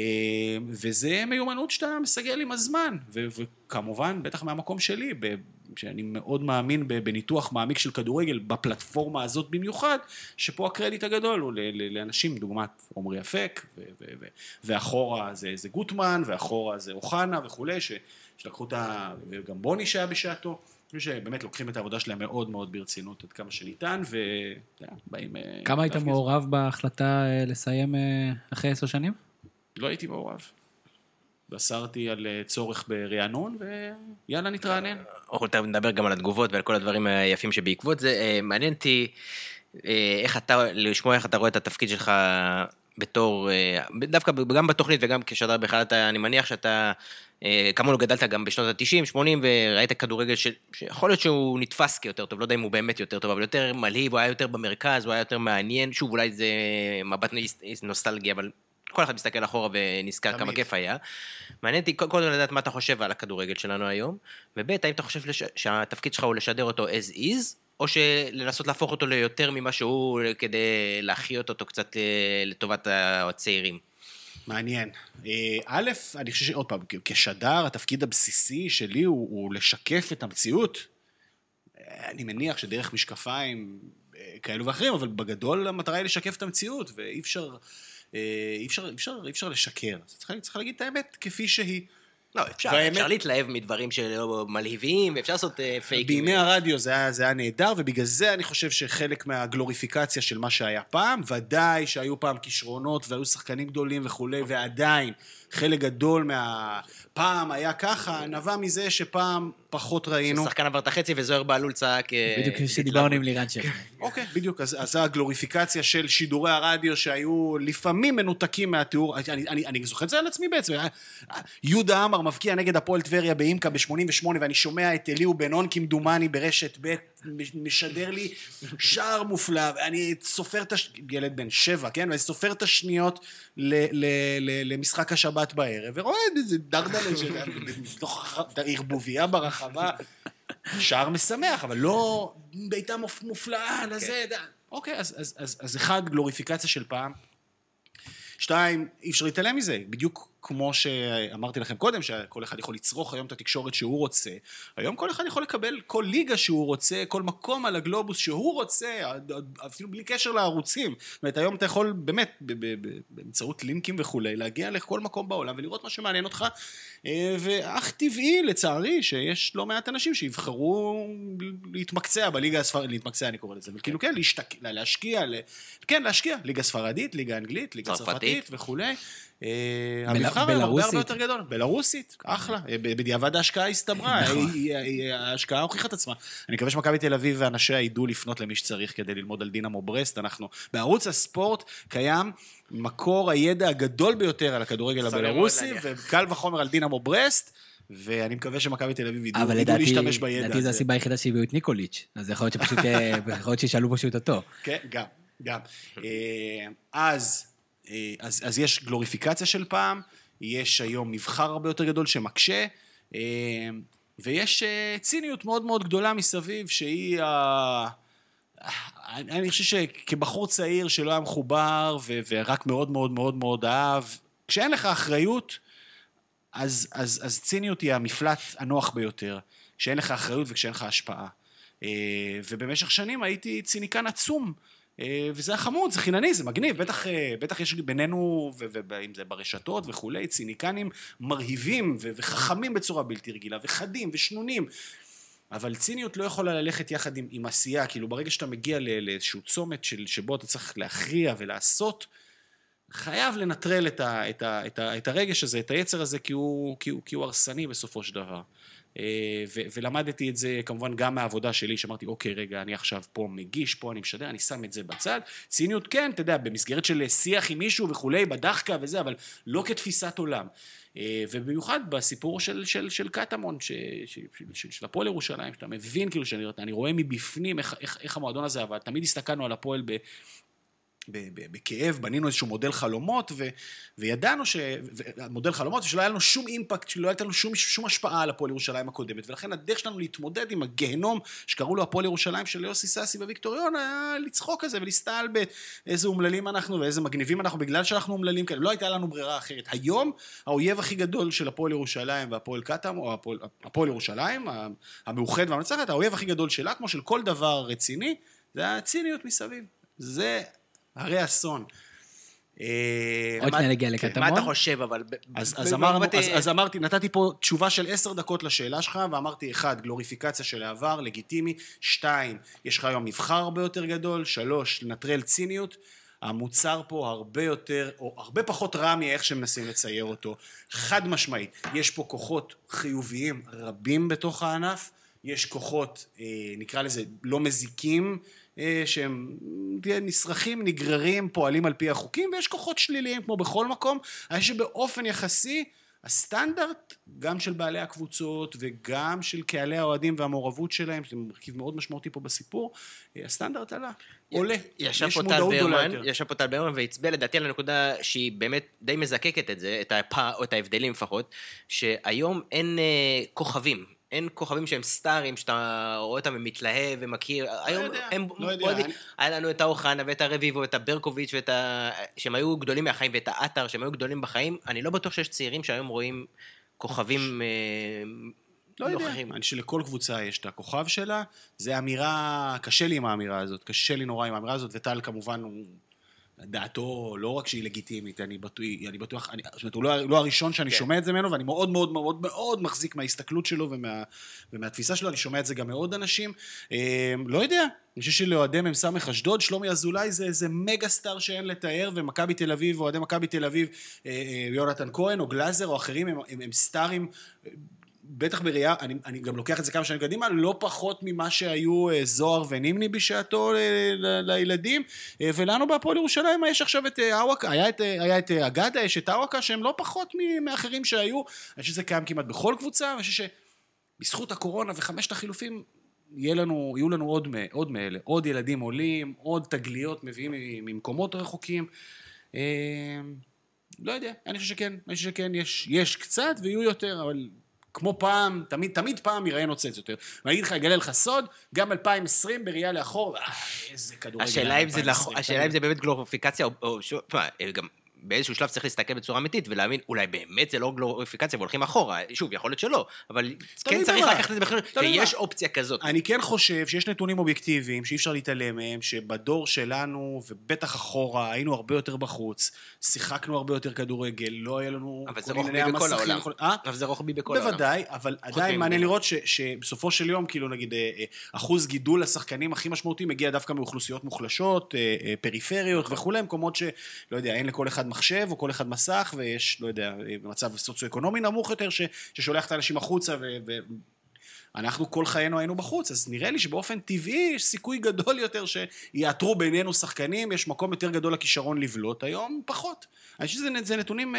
וזה מיומנות שאתה מסגל עם הזמן, וכמובן, בטח מהמקום שלי, שאני מאוד מאמין בניתוח מעמיק של כדורגל, בפלטפורמה הזאת במיוחד, שפה הקרדיט הגדול הוא לאנשים, דוגמת עומרי אפק, ואחורה זה גוטמן, ואחורה זה אוחנה וכולי, שלקחו אותה, וגם בוני שהיה בשעתו, שבאמת לוקחים את העבודה שלהם מאוד מאוד ברצינות, עד כמה שניתן, ובאים... כמה היית מעורב בהחלטה לסיים אחרי 10 שנים? לא הייתי מעורב. בסרתי על צורך ברענון, ויאללה נתרענן. אנחנו נדבר גם על התגובות ועל כל הדברים היפים שבעקבות זה. מעניין אותי לשמוע איך אתה רואה את התפקיד שלך בתור, דווקא גם בתוכנית וגם כשדר בכלל, אני מניח שאתה, כמונו גדלת גם בשנות ה-90, 80, וראית כדורגל שיכול להיות שהוא נתפס כיותר טוב, לא יודע אם הוא באמת יותר טוב, אבל יותר מלהיב, הוא היה יותר במרכז, הוא היה יותר מעניין, שוב אולי זה מבט נוסטלגי, אבל כל אחד מסתכל אחורה ונזכר כמה כיף היה. מעניין אותי קודם לדעת מה אתה חושב על הכדורגל שלנו היום, וב' האם אתה חושב שהתפקיד שלך הוא לשדר אותו as is, או לנסות להפוך אותו ליותר ממה שהוא, כדי להחיות אותו קצת לטובת הצעירים. מעניין. א', אני חושב שעוד פעם, כשדר, התפקיד הבסיסי שלי הוא לשקף את המציאות. אני מניח שדרך משקפיים כאלו ואחרים, אבל בגדול המטרה היא לשקף את המציאות, ואי אפשר לשקר. צריך להגיד את האמת כפי שהיא. לא, אפשר להתלהב מדברים שלא מלהיבים, אפשר לעשות פייקים. בימי הרדיו זה היה נהדר, ובגלל זה אני חושב שחלק מהגלוריפיקציה של מה שהיה פעם, ודאי שהיו פעם כישרונות, והיו שחקנים גדולים וכולי, ועדיין חלק גדול מהפעם היה ככה, נבע מזה שפעם פחות ראינו. ששחקן עבר את החצי וזוהר בעלול צעק. בדיוק שדיברנו עם לירן שם. אוקיי, בדיוק, אז הגלוריפיקציה של שידורי הרדיו שהיו לפעמים מנותקים מהתיאור, אני זוכר את זה על עצמי בעצם, יהודה עמר מבקיע נגד הפועל טבריה באימקה ב-88, ואני שומע את אליהו בנון כמדומני ברשת ב' משדר לי שער מופלא, ואני סופר ילד בן 7, כן? ואני סופר את השניות למשחק השבת בערב, ורואה איזה דרדלה של ערבוביה ברחבה, שער משמח, אבל לא ביתה מופלאה לזה. אוקיי, אז אחד, גלוריפיקציה של פעם. 2, אי אפשר להתעלם מזה, בדיוק כמו שאמרתי לכם קודם, שכל אחד יכול לצרוך היום את התקשורת שהוא רוצה, היום כל אחד יכול לקבל כל ליגה שהוא רוצה, כל מקום על הגלובוס שהוא רוצה, אפילו בלי קשר לערוצים. זאת אומרת, היום אתה יכול באמת, באמצעות לינקים וכולי, להגיע לכל מקום בעולם ולראות מה שמעניין אותך, ואך טבעי לצערי שיש לא מעט אנשים שיבחרו להתמקצע בליגה הספרדית, להתמקצע אני קורא לזה, כאילו כן, להשקיע, ליגה ספרדית, ליגה אנגלית, ליגה צרפתית וכולי. המבחר היה הרבה יותר גדול, בלרוסית, אחלה, בדיעבד ההשקעה הסתברה, ההשקעה הוכיחה את עצמה. אני מקווה שמכבי תל אביב ואנשיה ידעו לפנות למי שצריך כדי ללמוד על דינמו ברסט. אנחנו בערוץ הספורט קיים מקור הידע הגדול ביותר על הכדורגל הבלרוסי, וקל וחומר על דינמו ברסט, ואני מקווה שמכבי תל אביב ידעו להשתמש בידע הזה. לדעתי זה הסיבה היחידה שהביאו את ניקוליץ', אז יכול להיות שישאלו פשוט אותו. כן, גם. אז יש גלוריפיקציה של פעם, יש היום מבחר הרבה יותר גדול שמקשה, ויש ציניות מאוד מאוד גדולה מסביב, שהיא, אני חושב שכבחור צעיר שלא היה מחובר, ורק מאוד מאוד מאוד מאוד אהב, כשאין לך אחריות, אז ציניות היא המפלט הנוח ביותר, כשאין לך אחריות וכשאין לך השפעה. ובמשך שנים הייתי ציניקן עצום, וזה חמוד, זה חינני, זה מגניב, בטח יש בינינו, ואם זה ברשתות וכולי, ציניקנים מרהיבים וחכמים בצורה בלתי רגילה, וחדים ושנונים, אבל ציניות לא יכולה ללכת יחד עם עשייה, כאילו ברגע שאתה מגיע לאיזשהו צומת שבו אתה צריך להכריע ולעשות, חייב לנטרל את הרגש הזה, את היצר הזה, כי הוא הרסני בסופו של דבר. ולמדתי את זה כמובן גם מהעבודה שלי, שאמרתי, אוקיי, רגע, אני עכשיו פה מגיש, פה אני משדר, אני שם את זה בצד. ציניות כן, אתה יודע, במסגרת של שיח עם מישהו וכולי, בדחקה וזה, אבל לא כתפיסת עולם. ובמיוחד בסיפור של קטמון, של הפועל ירושלים, שאתה מבין כאילו שאני רואה מבפנים איך המועדון הזה, אבל תמיד הסתכלנו על הפועל בכאב, בנינו איזשהו מודל חלומות, וידענו מודל חלומות, שלא היה לנו שום אימפקט, שלא הייתה לנו שום השפעה על הפועל ירושלים הקודמת, ולכן הדרך שלנו להתמודד עם הגהנום, שקראו לו הפועל ירושלים של יוסי סאסי וויקטוריון, היה לצחוק כזה, ולהסתעל באיזה אומללים אנחנו, ואיזה מגניבים אנחנו, בגלל שאנחנו אומללים כאלה, לא הייתה לנו ברירה אחרת. היום, האויב הכי גדול של הפועל ירושלים, והפועל קטמון, או הפועל ירושלים, המאוחד והמנצחת, האויב הכי גדול שלה, כמו של כל דבר רציני, זה הציניות מסביב. זה הרי אסון. עוד מעט נגיע לקטמון. מה אתה חושב, אבל... אז אמרתי, נתתי פה תשובה של 10 דקות לשאלה שלך, ואמרתי, 1, גלוריפיקציה של העבר, לגיטימי, 2, יש לך היום מבחר הרבה יותר גדול, 3, לנטרל ציניות, המוצר פה הרבה יותר, או הרבה פחות רע מאיך שמנסים לצייר אותו, חד משמעית, יש פה כוחות חיוביים רבים בתוך הענף, יש כוחות, נקרא לזה, לא מזיקים, שהם נשרכים, נגררים, פועלים על פי החוקים, ויש כוחות שליליים כמו בכל מקום, אבל שבאופן יחסי, הסטנדרט גם של בעלי הקבוצות וגם של קהלי האוהדים והמעורבות שלהם, שזה מרכיב מאוד משמעותי פה בסיפור, הסטנדרט עולה. יש מודעות גדולה יותר. ישב פה טל ברמן והצביע לדעתי על הנקודה שהיא באמת די מזקקת את זה, את ההבדלים לפחות, שהיום אין כוכבים. אין כוכבים שהם סטארים, שאתה רואה אותם ומתלהב ומכיר. לא יודע. היה לנו את האוחנה ואת הרביבו, את הברקוביץ' שהם היו גדולים מהחיים, ואת האתר שהם היו גדולים בחיים. אני לא בטוח שיש צעירים שהיום רואים כוכבים לא יודע. אני שלכל קבוצה יש את הכוכב שלה. זה אמירה, קשה לי עם האמירה הזאת, קשה לי נורא עם האמירה הזאת, וטל כמובן הוא... דעתו לא רק שהיא לגיטימית, אני בטוח, זאת אומרת, הוא לא הראשון שאני שומע את זה ממנו, ואני מאוד מאוד מאוד מאוד מחזיק מההסתכלות שלו ומהתפיסה שלו, אני שומע את זה גם מאוד אנשים, לא יודע, אני חושב שלאוהדי מ"ס אשדוד, שלומי אזולאי זה איזה מגה סטאר שאין לתאר, ומכבי תל אביב, אוהדי מכבי תל אביב, יונתן כהן או גלאזר או אחרים, הם סטארים, בטח בראייה, אני גם לוקח את זה כמה שנים קדימה, לא פחות ממה שהיו זוהר ונימני בשעתו לילדים, ולנו בהפועל ירושלים יש עכשיו את אווקה, היה את אגדה, יש את אווקה, שהם לא פחות מאחרים שהיו, אני חושב שזה קיים כמעט בכל קבוצה, אני חושב שבזכות הקורונה וחמשת החילופים, יהיו לנו עוד מאלה, עוד ילדים עולים, עוד תגליות מביאים ממקומות רחוקים, לא יודע, אני חושב שכן, יש קצת ויהיו יותר, אבל... כמו פעם, תמיד פעם יראה נוצץ יותר. ואני אגיד לך, אגלה לך סוד, גם 2020 בראייה לאחור, איזה כדורגל. השאלה אם זה באמת גלוריפיקציה, או גם באיזשהו שלב צריך להסתכל בצורה אמיתית, ולהאמין, אולי באמת זה לא גלוריפיקציה, והולכים אחורה, שוב, יכול להיות שלא, אבל כן צריך לקחת את זה בחשבון, שיש אופציה כזאת. אני כן חושב שיש נתונים אובייקטיביים, שאי אפשר להתעלם מהם, שבדור שלנו, ובטח אחורה, היינו הרבה יותר בחוץ, שיחקנו הרבה יותר כדורגל, לא היה לנו... אבל זה רוחבי בכל העולם. אבל זה רוחבי בכל העולם. בוודאי, אבל עדיין מעניין לראות שבסופו של יום, כאילו נגיד, אחוז גידול לשחקנים הכי משמעותי מגיע דווקא מאוכלוסיות מוחלשות, פריפריות וכו', מקומות שלא יודע, אין לכל אחד מחשב או כל אחד מסך, ויש, לא יודע, במצב סוציו-אקונומי נמוך יותר, ששולח את האנשים החוצה, ואנחנו כל חיינו היינו בחוץ, אז נראה לי שבאופן טבעי יש סיכוי גדול יותר שיעתרו בינינו שחקנים, יש מקום יותר גדול לכישרון לבלוט, היום פחות. אני חושב שזה נתונים,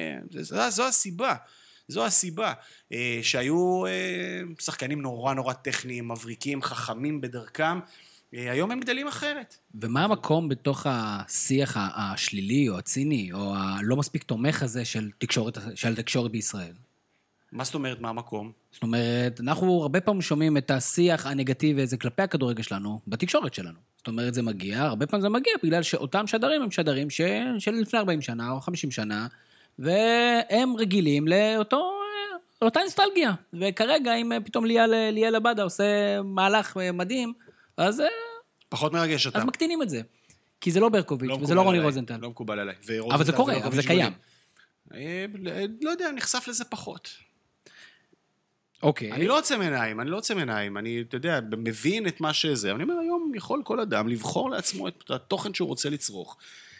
זו הסיבה, שהיו שחקנים נורא טכניים, מבריקים, חכמים בדרכם, היום הם גדלים אחרת. ומה המקום בתוך השיח השלילי או הציני, או הלא מספיק תומך הזה של תקשורת בישראל? מה זאת אומרת, מה המקום? זאת אומרת, אנחנו הרבה פעמים שומעים את השיח הנגטיבי הזה כלפי הכדורגל שלנו, בתקשורת שלנו. זאת אומרת, זה מגיע, הרבה פעמים זה מגיע, בגלל שאותם שדרים הם שדרים של לפני 40 שנה או 50 שנה, והם רגילים לאותו אותה נוסטלגיה. וכרגע, אם פתאום ליאל עבדה עושה מהלך מדהים, אז... פחות מרגש אותם. אז מקטינים את זה. כי זה לא ברקוביץ' וזה לא רוני רוזנטל. לא מקובל עליי. אבל זה קורה, אבל זה קיים. לא יודע, נחשף לזה פחות. אוקיי. אני לא עוצם עיניים, אני, אתה יודע, מבין את מה שזה. אני אומר, היום יכול כל אדם לבחור לעצמו את התוכן שהוא רוצה לצרוך,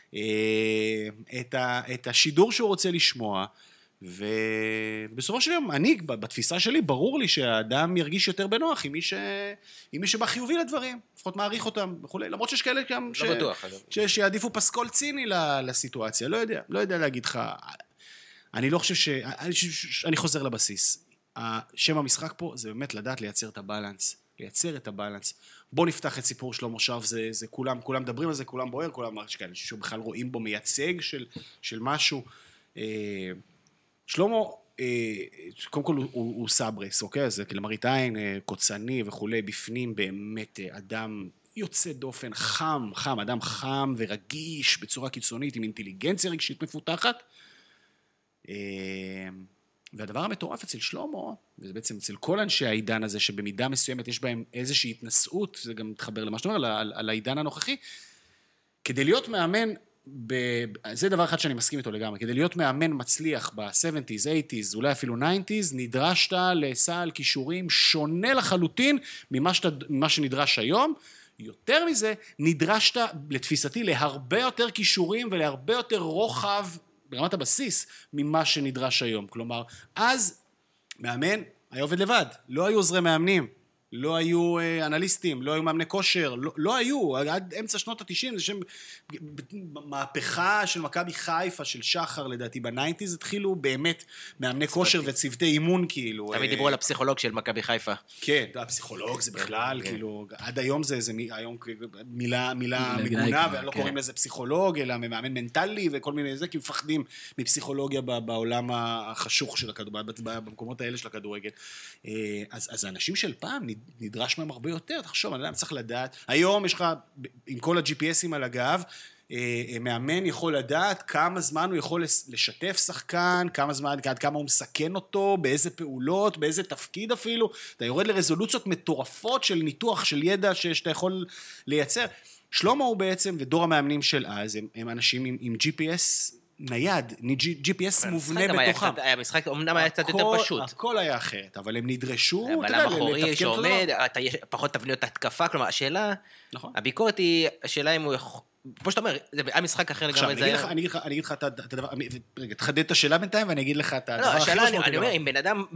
את השידור שהוא רוצה לשמוע, ובסופו של יום, אני, בתפיסה שלי, ברור לי שהאדם ירגיש יותר בנוח עם מי שבא חיובי לדברים, לפחות מעריך אותם וכולי, למרות שיש כאלה גם שיעדיפו פסקול ציני לסיטואציה, לא יודע להגיד לך, אני לא חושב אני חוזר לבסיס. שם המשחק פה זה באמת לדעת לייצר את הבאלנס. בוא נפתח את סיפור שלמה שרף, זה כולם מדברים על זה, כולם בוער, כולם שבכלל רואים בו מייצג של משהו. שלמה, קודם כל הוא סברס, אוקיי? זה למראית עין, קוצני וכולי, בפנים באמת אדם יוצא דופן, אדם חם ורגיש בצורה קיצונית, עם אינטליגנציה רגשית מפותחת. והדבר המטורף אצל שלמה, וזה בעצם אצל כל אנשי העידן הזה, שבמידה מסוימת יש בהם איזושהי התנסות, זה גם מתחבר למה שאתה אומר, על העידן הנוכחי, כדי להיות מאמן, זה דבר אחד שאני מסכים איתו לגמרי, כדי להיות מאמן מצליח ב-70s, 80s, אולי אפילו 90s, נדרשת לסל כישורים שונה לחלוטין ממה שנדרש היום, יותר מזה, נדרשת לתפיסתי להרבה יותר כישורים ולהרבה יותר רוחב, ברמת הבסיס ממה שנדרש היום. כלומר, אז מאמן היה עובד לבד, לא היו עוזרי מאמנים, לא היו אנליסטים, לא היו מאמני כושר, לא היו, עד אמצע שנות ה-90, זה שם מהפכה של מכבי חיפה, של שחר לדעתי, ב-90s התחילו באמת מאמני כושר וצוותי אימון כאילו. תמיד דיברו על הפסיכולוג של מכבי חיפה. כן, הפסיכולוג זה בכלל, כאילו, עד היום זה היום מילה מגונה, ולא קוראים לזה פסיכולוג, אלא מאמן מנטלי וכל מיני זה, כי מפחדים מפסיכולוגיה בעולם החשוך של הכדורגל, במקומות האלה של הכדורגל. אז האנשים של פעם נדרש מהם הרבה יותר, תחשוב, אני צריך לדעת, היום יש לך, עם כל ה-GPSים על הגב, מאמן יכול לדעת כמה זמן הוא יכול לשתף שחקן, עד כמה הוא מסכן אותו, באיזה פעולות, באיזה תפקיד אפילו, אתה יורד לרזולוציות מטורפות של ניתוח, של ידע שאתה יכול לייצר. שלמה הוא בעצם, ודור המאמנים של אז, הם אנשים עם GPS נייד, GPS מובנה בתוכם. המשחק אמנם היה קצת יותר פשוט. הכל היה אחרת, אבל הם נדרשו... אבל המחורי שעומד, פחות תבניות התקפה, כלומר, השאלה, הביקורת היא, השאלה אם הוא יכול... כמו שאתה אומר, זה היה משחק אחר לגמרי. עכשיו, אני אגיד לך את הדבר... רגע, תחדד את השאלה בינתיים, ואני אגיד לך את הדבר הכי משמעותי. לא, השאלה, אני אומר, אם בן אדם,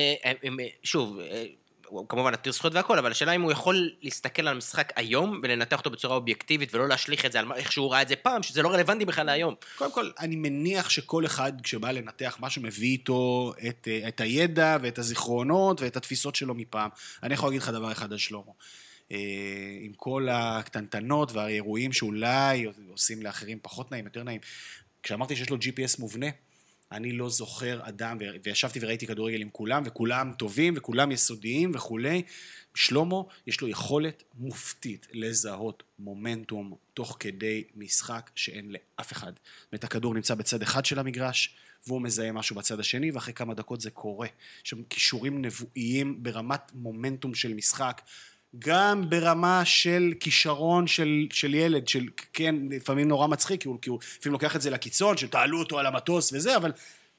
שוב... כמובן, עתיר זכויות והכל, אבל השאלה אם הוא יכול להסתכל על המשחק היום, ולנתח אותו בצורה אובייקטיבית, ולא להשליך את זה על איך שהוא ראה את זה פעם, שזה לא רלוונטי בכלל להיום. קודם כל, אני מניח שכל אחד, כשבא לנתח משהו, מביא איתו את הידע, ואת הזיכרונות, ואת התפיסות שלו מפעם. אני יכול להגיד לך דבר אחד על שלמה. עם כל הקטנטנות והאירועים שאולי עושים לאחרים פחות נעים, יותר נעים. כשאמרתי שיש לו GPS מובנה, אני לא זוכר אדם, וישבתי וראיתי כדורגל עם כולם, וכולם טובים, וכולם יסודיים וכולי. שלמה, יש לו יכולת מופתית לזהות מומנטום תוך כדי משחק שאין לאף אחד. ואת הכדור נמצא בצד אחד של המגרש, והוא מזהה משהו בצד השני, ואחרי כמה דקות זה קורה. יש שם קישורים נבואיים ברמת מומנטום של משחק, גם ברמה של כישרון של ילד, כן, לפעמים נורא מצחיק, כי הוא לפעמים לוקח את זה לקיצון, שתעלו אותו על המטוס וזה, אבל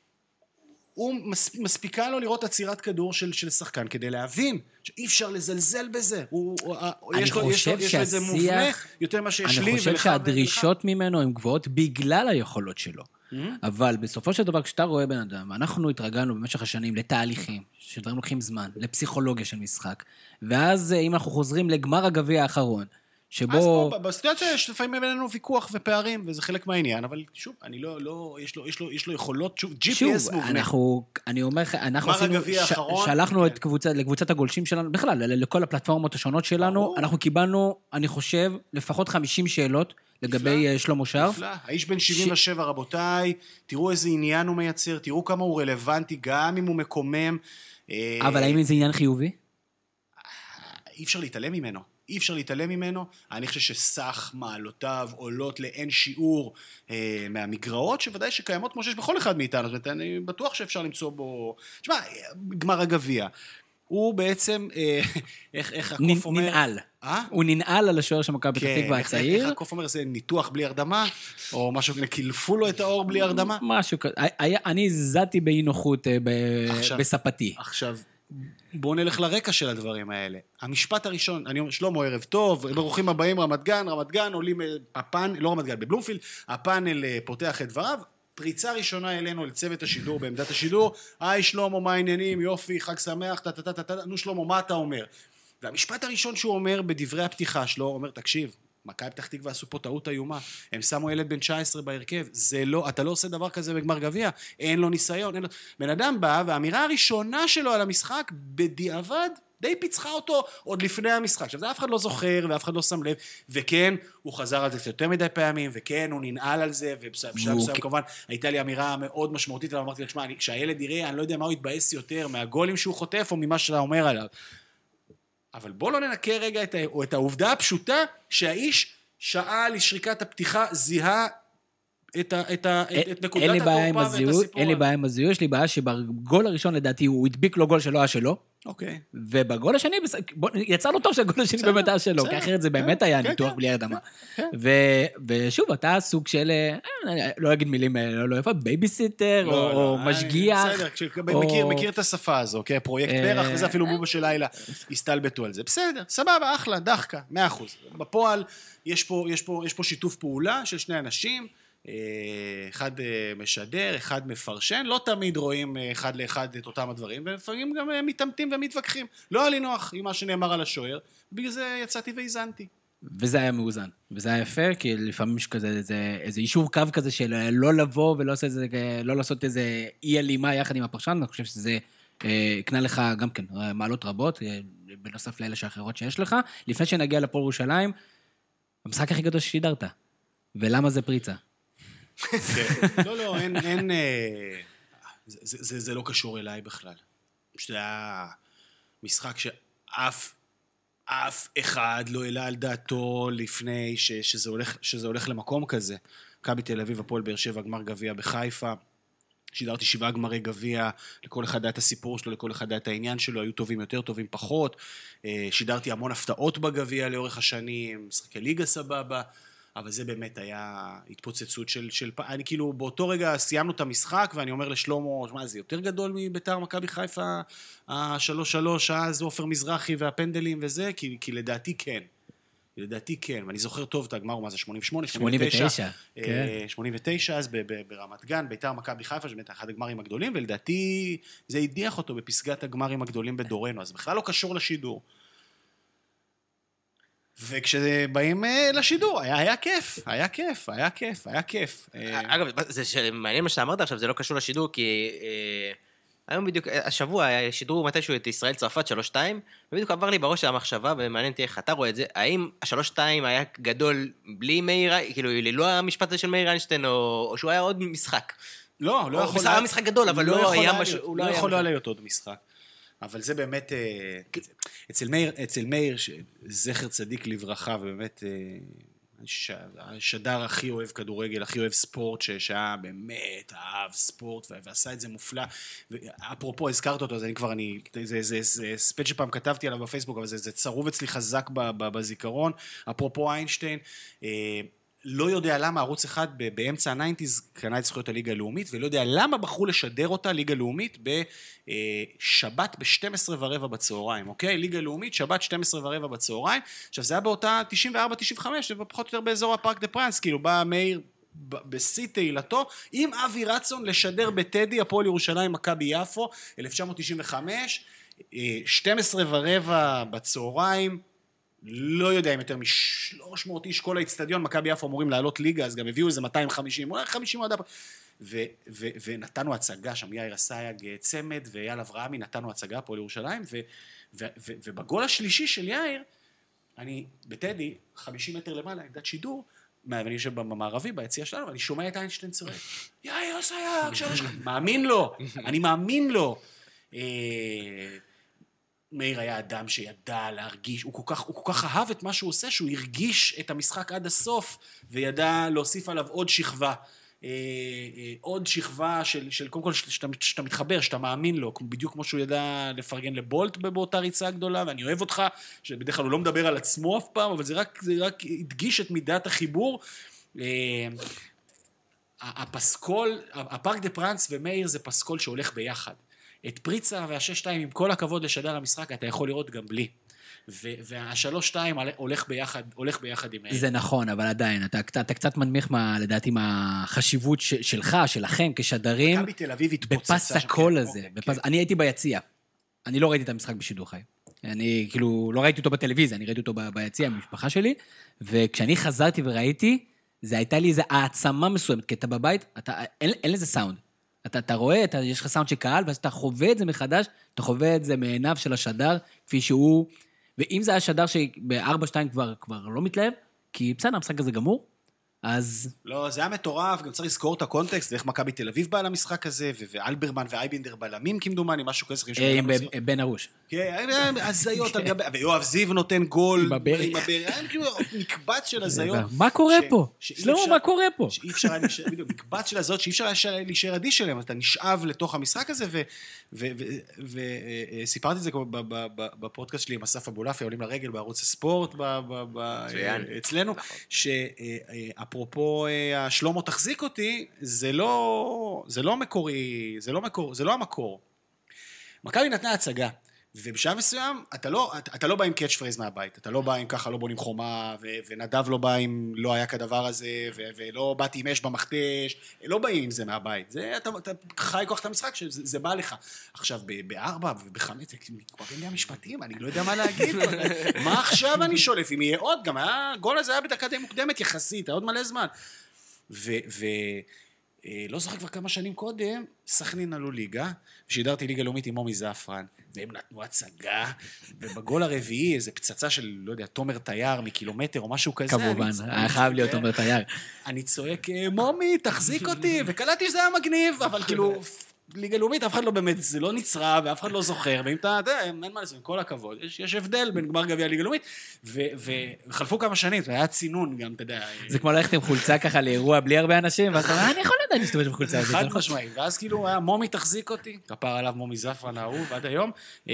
הוא מספיקה לו לראות עצירת כדור של שחקן, כדי להבין שאי אפשר לזלזל בזה. יש לו איזה מובנה יותר מה שיש לי. אני חושב שהדרישות ממנו הן גבוהות בגלל היכולות שלו. אבל בסופו של דבר, כשאתה רואה בן אדם, אנחנו התרגלנו במשך השנים לתהליכים, שדברים לוקחים זמן, לפסיכולוגיה של משחק, ואז אם אנחנו חוזרים לגמר הגביע האחרון, שבו... אז פה, בסיטואציה יש לפעמים בינינו ויכוח ופערים, וזה חלק מהעניין, אבל שוב, אני לא, יש לו יכולות, שוב, GPS מובנה. אני אומר, אנחנו שלחנו לקבוצת הגולשים שלנו, בכלל, לכל הפלטפורמות השונות שלנו, אנחנו קיבלנו, אני חושב, לפחות 50 שאלות, לגבי שלמה שרף. נפלא, האיש בן 77 רבותיי, תראו איזה עניין הוא מייצר, תראו כמה הוא רלוונטי, גם אם הוא מקומם. אבל האם זה עניין חיובי? אי אפשר להתעלם ממנו. אי אפשר להתעלם ממנו, אני חושב שסך מעלותיו עולות לאין שיעור מהמגרעות, שוודאי שקיימות כמו שיש בכל אחד מאיתנו, זאת אומרת, אני בטוח שאפשר למצוא בו, תשמע, גמר הגביע, הוא בעצם, איך הקוף אומר? ננעל. הוא ננעל על השוער של מכבי פתח תקווה הצעיר. איך הקוף אומר, זה ניתוח בלי הרדמה, או משהו כזה, קילפו לו את האור בלי הרדמה? משהו כזה, אני זזתי באי נוחות בספתי. עכשיו, בואו נלך לרקע של הדברים האלה. המשפט הראשון, אני אומר, שלמה, ערב טוב, ברוכים הבאים, רמת גן, עולים הפאנל, לא רמת גן, בבלומפילד, הפאנל פותח את דבריו, פריצה ראשונה אלינו לצוות השידור, בעמדת השידור, היי שלמה, מה העניינים, יופי, חג שמח, נו שלמה, מה אתה אומר? והמשפט הראשון שהוא אומר בדברי הפתיחה שלו, אומר, תקשיב, מכבי פתח תקווה עשו פה טעות איומה, הם שמו ילד בן 19 בהרכב, זה לא, אתה לא עושה דבר כזה בגמר גביע, אין לו ניסיון, אין לו... בן אדם בא, והאמירה הראשונה שלו על המשחק, בדיעבד, די פיצחה אותו עוד לפני המשחק. עכשיו, זה אף אחד לא זוכר, ואף אחד לא שם לב, וכן, הוא חזר על זה יותר מדי פעמים, וכן, הוא ננעל על זה, ובשלב כמובן, הייתה לי אמירה מאוד משמעותית, ואמרתי לו, תשמע, כשהילד יראה, אני לא יודע מה הוא יתבאס יותר, מהגולים שהוא חוטף, או ממה שאתה אומר עליו. אבל בוא לא ננקה רגע את העובדה הפשוטה שהאיש שעה לשריקת הפתיחה זיהה את נקודת התורפה ואת הסיפור. אין לי בעיה עם הזיהוי, יש לי בעיה שבגול הראשון לדעתי הוא הדביק לו גול שלא היה שלו. אוקיי. ובגול השני, יצא לו טוב שהגול השני באמת היה שלו, כי אחרת זה באמת היה ניתוח בלי הרדמה. ושוב, אתה סוג של, לא אגיד מילים לא יפה, בייביסיטר, או משגיח. בסדר, מכיר את השפה הזו, פרויקט פרח, וזה אפילו בובה של לילה, הסתלבטו על זה. בסדר, סבבה, אחלה, דחקה, 100%. בפועל, יש פה שיתוף פעולה של שני אנשים, אחד משדר, אחד מפרשן, לא תמיד רואים אחד לאחד את אותם הדברים, ולפעמים גם מתעמתים ומתווכחים. לא היה לי נוח עם מה שנאמר על השוער, בגלל זה יצאתי והזנתי. וזה היה מאוזן, וזה היה יפה, כי לפעמים יש כזה איזה אישור קו כזה של לא לבוא ולא לעשות איזה אי אלימה יחד עם הפרשן, אני חושב שזה יקנה לך גם כן מעלות רבות, בנוסף לאלה שאחרות שיש לך. לפני שנגיע לפועל ירושלים, המשחק הכי גדול ששידרת, ולמה זה פריצה? לא, אין... זה לא קשור אליי בכלל. זה היה משחק שאף אחד לא העלה על דעתו לפני שזה הולך למקום כזה. מכבי תל אביב, הפועל באר שבע, גמר גביע בחיפה. שידרתי 7 גמרי גביע, לכל אחד היה את הסיפור שלו, לכל אחד היה את העניין שלו, היו טובים יותר, טובים פחות. שידרתי המון הפתעות בגביע לאורך השנים, משחקי ליגה סבבה. אבל זה באמת היה התפוצצות של... אני כאילו, באותו רגע סיימנו את המשחק, ואני אומר לשלמה, מה, זה יותר גדול מביתר מכבי חיפה, 3-3, אז עופר מזרחי והפנדלים וזה, כי לדעתי כן. לדעתי כן, ואני זוכר טוב את הגמר, מה זה, 88, 89, כן. 89, אז ברמת גן, ביתר מכבי חיפה, שבאמת אחד הגמרים הגדולים, ולדעתי זה הדיח אותו בפסגת הגמרים הגדולים בדורנו, אז בכלל לא קשור לשידור. וכשבאים לשידור, היה כיף. אגב, זה מעניין מה שאתה אמרת עכשיו, זה לא קשור לשידור, כי היום בדיוק, השבוע היה שידור מתישהו את ישראל צרפת 3-2, ובדיוק עבר לי בראש המחשבה, ומעניין אותי איך אתה רואה את זה, האם ה-3-2 היה גדול בלי מאיר, כאילו, לא המשפט הזה של מאיר איינשטיין, או שהוא היה עוד משחק? לא יכול... היה משחק גדול, אבל לא היה משהו... הוא לא יכול להיות עוד משחק. אבל זה באמת, אצל מאיר, זכר צדיק לברכה, ובאמת השדר הכי אוהב כדורגל, הכי אוהב ספורט, שהיה באמת אהב ספורט, ועשה את זה מופלא. אפרופו, הזכרת אותו, אז זה ספייט שפעם כתבתי עליו בפייסבוק, אבל זה צרוב אצלי חזק בזיכרון. אפרופו איינשטיין, לא יודע למה ערוץ אחד באמצע ה-90s קנה את זכויות הליגה הלאומית, ולא יודע למה בחרו לשדר אותה, ליגה לאומית, בשבת ב-12:15 בצהריים, אוקיי? ליגה לאומית, שבת 12:15 בצהריים. עכשיו, זה היה באותה 94-95, ופחות או יותר באזור הפארק דה פרנס, כאילו בא מאיר בשיא תהילתו, עם אבי רצון לשדר בטדי, הפועל ירושלים, מכבי יפו, 1995, 12:15 בצהריים, לא יודע אם יותר מ-300 איש כל האצטדיון, מכבי יפו אמורים לעלות ליגה, אז גם הביאו איזה 250, אולי 50 עד... ונתנו הצגה, שם יאיר אסייג צמד, ואייל אברהמי, נתנו הצגה פה לירושלים, ובגול השלישי של יאיר, אני בטדי, 50 מטר למעלה, עמדת שידור, ואני יושב במערבי, ביציאה שלנו, ואני שומע את איינשטיין צועק, יאיר אסייג, אני מאמין לו, מאיר היה אדם שידע להרגיש, הוא כל כך אהב את מה שהוא עושה, שהוא הרגיש את המשחק עד הסוף, וידע להוסיף עליו עוד שכבה. עוד שכבה של קודם כל שאתה מתחבר, שאתה מאמין לו, בדיוק כמו שהוא ידע לפרגן לבולט באותה ריצה גדולה, ואני אוהב אותך, שבדרך כלל הוא לא מדבר על עצמו אף פעם, אבל זה רק הדגיש את מידת החיבור. הפסקול, הפארק דה פרנס ומאיר זה פסקול שהולך ביחד. את פריצה וה-6-2 עם כל הכבוד לשדר המשחק, אתה יכול לראות גם בלי. וה-3-2 הולך ביחד עם... זה נכון, אבל עדיין, אתה קצת מנמיך לדעתי מהחשיבות שלך, שלכם, כשדרים, מכבי תל אביב התפוצצה בפס הקול הזה. אני הייתי ביציע. אני לא ראיתי את המשחק בשידור חי. אני כאילו, לא ראיתי אותו בטלוויזיה, אני ראיתי אותו ביציע עם המשפחה שלי, וכשאני חזרתי וראיתי, זה הייתה לי איזו העצמה מסוימת, כי אתה בבית, אין לזה סאונד. אתה רואה, יש לך סאונד של קהל, ואז אתה חווה את זה מחדש, אתה חווה את זה מעיניו של השדר, כפי שהוא, ואם זה היה שדר שב-4-2 כבר לא מתלהב, כי בסדר, המשחק הזה גמור, אז... לא, זה היה מטורף, גם צריך לזכור את הקונטקסט, ואיך מכבי תל אביב בא לממשחק הזה, ואלברמן ואייבינדר בלמים כמדומני, משהו כזה. עם בן ארוש. כן, הזיות על גבי, ויואב זיו נותן גול. עם הבר. היה כאילו מקבץ של הזיות. מה קורה פה? לא, מה קורה פה? שאי אפשר היה להישאר, בדיוק, מקבץ של הזיות, שאי אפשר היה להישאר אדיש שלהם, אתה נשאב לתוך המשחק הזה, וסיפרתי את זה בפודקאסט שלי עם אסף אבולעפיה, עולים לרגל בערוץ הספורט, אצלנו, אפרופו השלומו תחזיק אותי, זה לא מקורי, זה לא המקור. מכבי נתנה הצגה, ובשעה מסוים אתה לא בא עם קאץ' פרייז מהבית, אתה לא בא עם ככה לא בונים חומה, ונדב לא בא עם לא היה כדבר הזה, ולא באתי עם אש במכתש, לא באים עם זה מהבית, אתה חי כוח את המשחק, שזה בא לך. עכשיו ב-4 וב-5, זה כבר אין לי המשפטים, אני לא יודע מה להגיד, מה עכשיו אני שולף, אם יהיה עוד, גם הגול הזה היה בדקה די מוקדמת יחסית, היה עוד מלא זמן. לא זוכר כבר כמה שנים קודם, סכנין עלו ליגה, ושידרתי ליגה לאומית עם מומי זפרן, והם נתנו הצגה, ובגול הרביעי, איזו פצצה של, לא יודע, תומר תייר מקילומטר או משהו כזה. כמובן, היה חייב להיות תומר תייר. אני צועק, מומי, תחזיק אותי, וקלטתי שזה היה מגניב, אבל כאילו, ליגה לאומית, אף אחד לא באמת, זה לא נצרה, ואף אחד לא זוכר, ואם אתה יודע, אין מה לעשות, עם כל הכבוד, יש הבדל בין גמר גביע ליגה לאומית, וחלפו כמה שנים, והיה צינון גם, אתה יודע. זה כמו ללכת עם חולצה ככה לאירוע בלי הרבה אנשים, ואז אני יכול לדעת להשתמש בחולצה הזאת. חד משמעי, ואז כאילו היה מומי תחזיק אותי, כפר עליו מומי זפרן האהוב עד היום,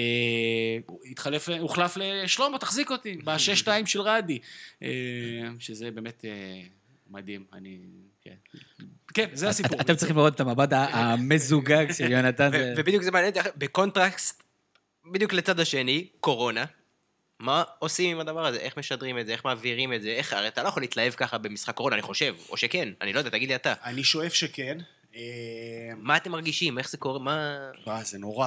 הוחלף לשלומו, תחזיק אותי, ב6-2 של רדי, שזה באמת מדהים, כן, זה הסיפור. אתם צריכים לראות את המבט המזוגג של יונתן. ובדיוק זה מעניין, בקונטרקסט, בדיוק לצד השני, קורונה, מה עושים עם הדבר הזה? איך משדרים את זה? איך מעבירים את זה? הרי אתה לא יכול להתלהב ככה במשחק קורונה, אני חושב, או שכן, אני לא יודע, תגיד לי אתה. אני שואף שכן. מה אתם מרגישים? איך זה קורה? מה... זה נורא.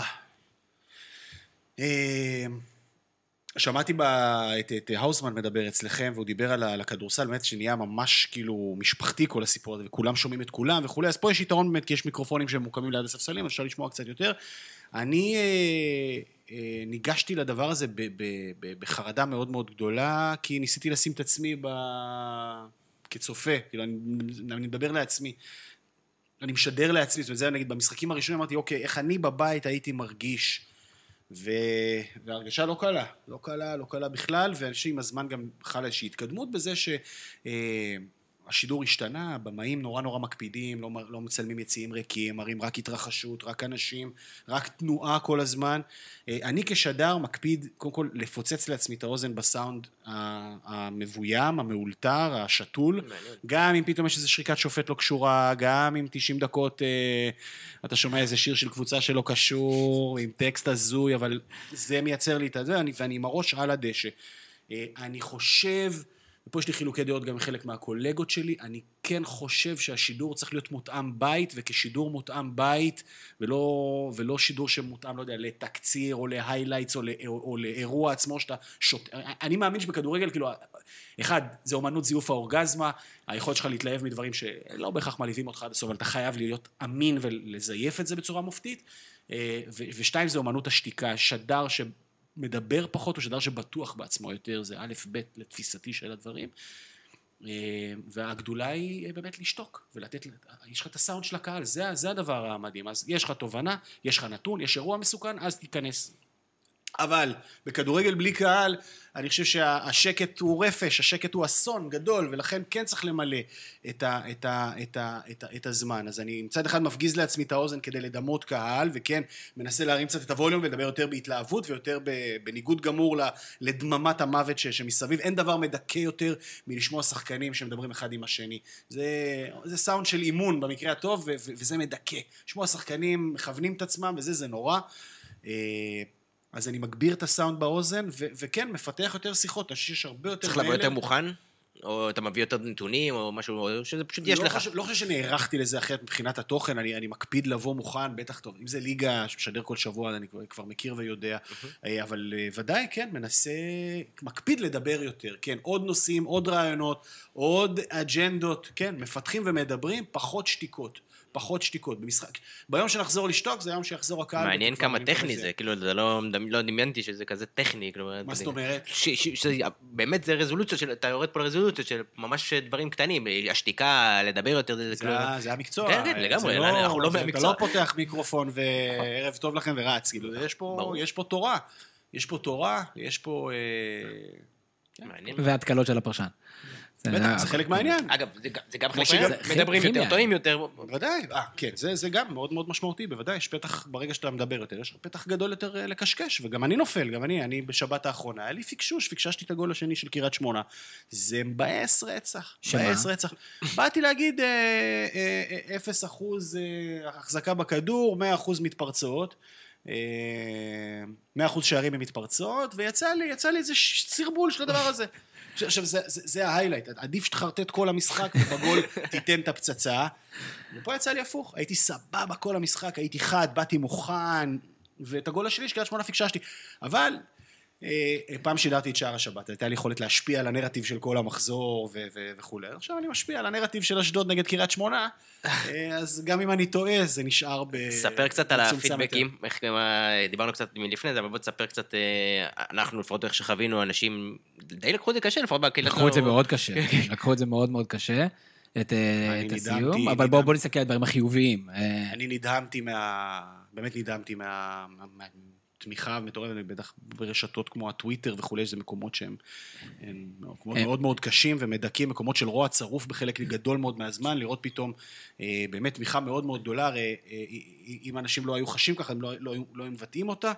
שמעתי את האוסמן מדבר אצלכם, והוא דיבר על הכדורסל, באמת שנהיה ממש כאילו משפחתי כל הסיפור הזה, וכולם שומעים את כולם וכולי, אז פה יש יתרון באמת, כי יש מיקרופונים שהם מוקמים ליד הספסלים, אפשר לשמוע קצת יותר. אני ניגשתי לדבר הזה בחרדה מאוד מאוד גדולה, כי ניסיתי לשים את עצמי כצופה, כאילו אני מדבר לעצמי, אני משדר לעצמי, זאת אומרת, זה נגיד במשחקים הראשונים אמרתי, אוקיי, איך אני בבית הייתי מרגיש, וההרגשה לא קלה בכלל, ואנשים עם הזמן גם חלה איזושהי התקדמות בזה שהשידור השתנה, במאים נורא מקפידים, לא מצלמים יציאים ריקים, מראים רק התרחשות, רק אנשים, רק תנועה כל הזמן. אני כשדר מקפיד קודם כל לפוצץ לעצמי את האוזן בסאונד המבוים, המאולתר, השתול, גם אם פתאום יש איזו שריקת שופט לא קשורה, גם אם 90 דקות אתה שומע איזה שיר של קבוצה שלא קשור, עם טקסט הזוי, אבל זה מייצר לי את זה, ואני עם הראש על הדשא. אני חושב, ופה יש לי חילוקי דעות גם חלק מהקולגות שלי, אני כן חושב שהשידור צריך להיות מותאם בית, וכשידור מותאם בית, ולא שידור שמותאם, לא יודע, לתקציר, או להיילייטס, או לאירוע עצמו, שאתה אני מאמין שבכדורגל, כאילו, אחד, זה אומנות זיוף האורגזמה, היכולת שלך להתלהב מדברים שלא בהכרח מלהיבים אותך עד הסוף, אבל אתה חייב להיות אמין ולזייף את זה בצורה מופתית, ושתיים, זה אומנות השתיקה, שדר מדבר פחות, או שדר שבטוח בעצמו יותר, זה א' ב' לתפיסתי של הדברים, והגדולה היא באמת לשתוק, ולתת, יש לך את הסאונד של הקהל, זה הדבר המדהים, אז יש לך תובנה, יש לך נתון, יש אירוע מסוכן, אז תיכנס. אבל בכדורגל בלי קהל, אני חושב שהשקט הוא רפש, השקט הוא אסון גדול, ולכן כן צריך למלא את הזמן. אז אני מצד אחד מפגיז לעצמי את האוזן כדי לדמות קהל, וכן מנסה להרים קצת את הווליום ולדבר יותר בהתלהבות, ויותר בניגוד גמור לדממת המוות שמסביב. אין דבר מדכא יותר מלשמוע שחקנים שמדברים אחד עם השני. זה סאונד של אימון במקרה הטוב, וזה מדכא. לשמוע שחקנים מכוונים את עצמם, וזה נורא. אז אני מגביר את הסאונד באוזן, וכן, מפתח יותר שיחות, יש הרבה יותר... צריך לבוא יותר מוכן? או אתה מביא יותר נתונים, או משהו, או שזה פשוט יש לך? לא חושב שנערכתי לזה אחרת מבחינת התוכן, אני מקפיד לבוא מוכן, בטח טוב. אם זה ליגה שמשדר כל שבוע, אני כבר מכיר ויודע, אבל ודאי, כן, מנסה, מקפיד לדבר יותר, כן, עוד נושאים, עוד רעיונות, עוד אג'נדות, כן, מפתחים ומדברים, פחות שתיקות. במשחק. ביום שנחזור לשתוק, זה היום שיחזור הקהל. מעניין כמה טכני זה, כאילו, זה לא דמיינתי שזה כזה טכני. מה זאת אומרת? באמת זה רזולוציות, אתה יורד פה לרזולוציות של ממש דברים קטנים, השתיקה, לדבר יותר, זה המקצוע. כן, לגמרי, אנחנו לא מהמקצוע. אתה לא פותח מיקרופון וערב טוב לכם ורץ, כאילו, יש פה תורה, יש פה... והתקלות של הפרשן. בטח, זה חלק מהעניין. אגב, זה גם חלק מהעניין, מדברים יותר, טועים יותר. בוודאי, כן, זה גם מאוד מאוד משמעותי, בוודאי, יש פתח, ברגע שאתה מדבר יותר, יש פתח גדול יותר לקשקש, וגם אני נופל, גם אני בשבת האחרונה, היה לי פיקששתי את הגול השני של קריית שמונה, זה מבאס רצח, באתי להגיד 0% החזקה בכדור, 100% מתפרצות, 100% שערים ממתפרצות, ויצא לי איזה סרבול של הדבר הזה. עכשיו, זה ההיילייט, עדיף שתחרטט כל המשחק, ובגול תיתן את הפצצה, ופה יצא לי הפוך, הייתי סבבה כל המשחק, הייתי חד, באתי מוכן, ואת הגול השני שקריית שמונה פיקששתי, אבל פעם שידרתי את שער השבת, הייתה לי יכולת להשפיע על הנרטיב של כל המחזור וכו'. עכשיו אני משפיע על הנרטיב של אשדוד נגד קריית שמונה, אז גם אם אני טועה, זה נשאר ספר קצת על הפידבקים, דיברנו קצת מלפני זה, אבל בוא תספר קצת, אנחנו לפחות איך שחווינו, אנשים די לקחו את זה קשה, לפחות בקהילת... לקחו את זה מאוד קשה, לקחו את זה מאוד מאוד קשה, את הסיום, אבל בואו נסתכל על הדברים החיוביים. אני באמת נדהמתי תמיכה מטורפת, בטח ברשתות כמו הטוויטר וכולי, זה מקומות שהם מקומות מאוד מאוד קשים ומדכאים, מקומות של רוע צרוף בחלק גדול מאוד מהזמן, לראות פתאום באמת תמיכה מאוד מאוד גדולה, אם אנשים לא היו חשים ככה, הם לא היו מבטאים אותה,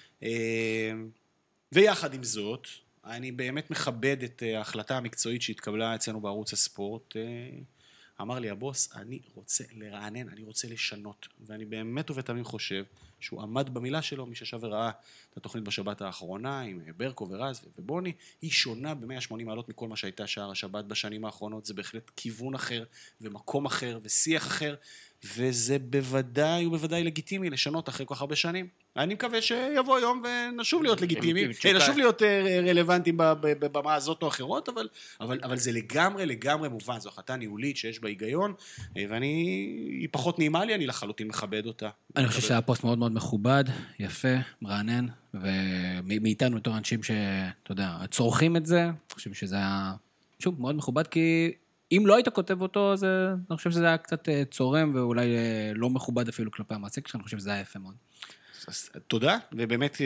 ויחד עם זאת, אני באמת מכבד את ההחלטה המקצועית שהתקבלה אצלנו בערוץ הספורט, אמר לי הבוס, אני רוצה לרענן, אני רוצה לשנות, ואני באמת ובתמים חושב שהוא עמד במילה שלו, מי ששב וראה את התוכנית בשבת האחרונה, עם ברקו ורז ובוני, היא שונה ב-180 מעלות מכל מה שהייתה שער השבת בשנים האחרונות, זה בהחלט כיוון אחר, ומקום אחר, ושיח אחר, וזה בוודאי ובוודאי לגיטימי לשנות אחרי כל כך הרבה שנים. אני מקווה שיבוא יום ונשוב להיות לגיטימיים, נשוב להיות רלוונטיים במה הזאת או אחרות, אבל זה לגמרי מובן, זו החלטה ניהולית שיש בה היגיון, היא פחות נעימה לי, אני לחלוטין מכבד אותה. אני חושב שהפוסט מאוד מאוד מכובד, יפה, מרענן, ומאיתנו יותר אנשים שאתה יודע, צורכים את זה, אני חושב שזה היה, שוב, מאוד מכובד, כי אם לא היית כותב אותו, אז אני חושב שזה היה קצת צורם, ואולי לא מכובד אפילו כלפי המעסיק שלך, אני חושב שזה היה יפה מאוד. אז תודה, ובאמת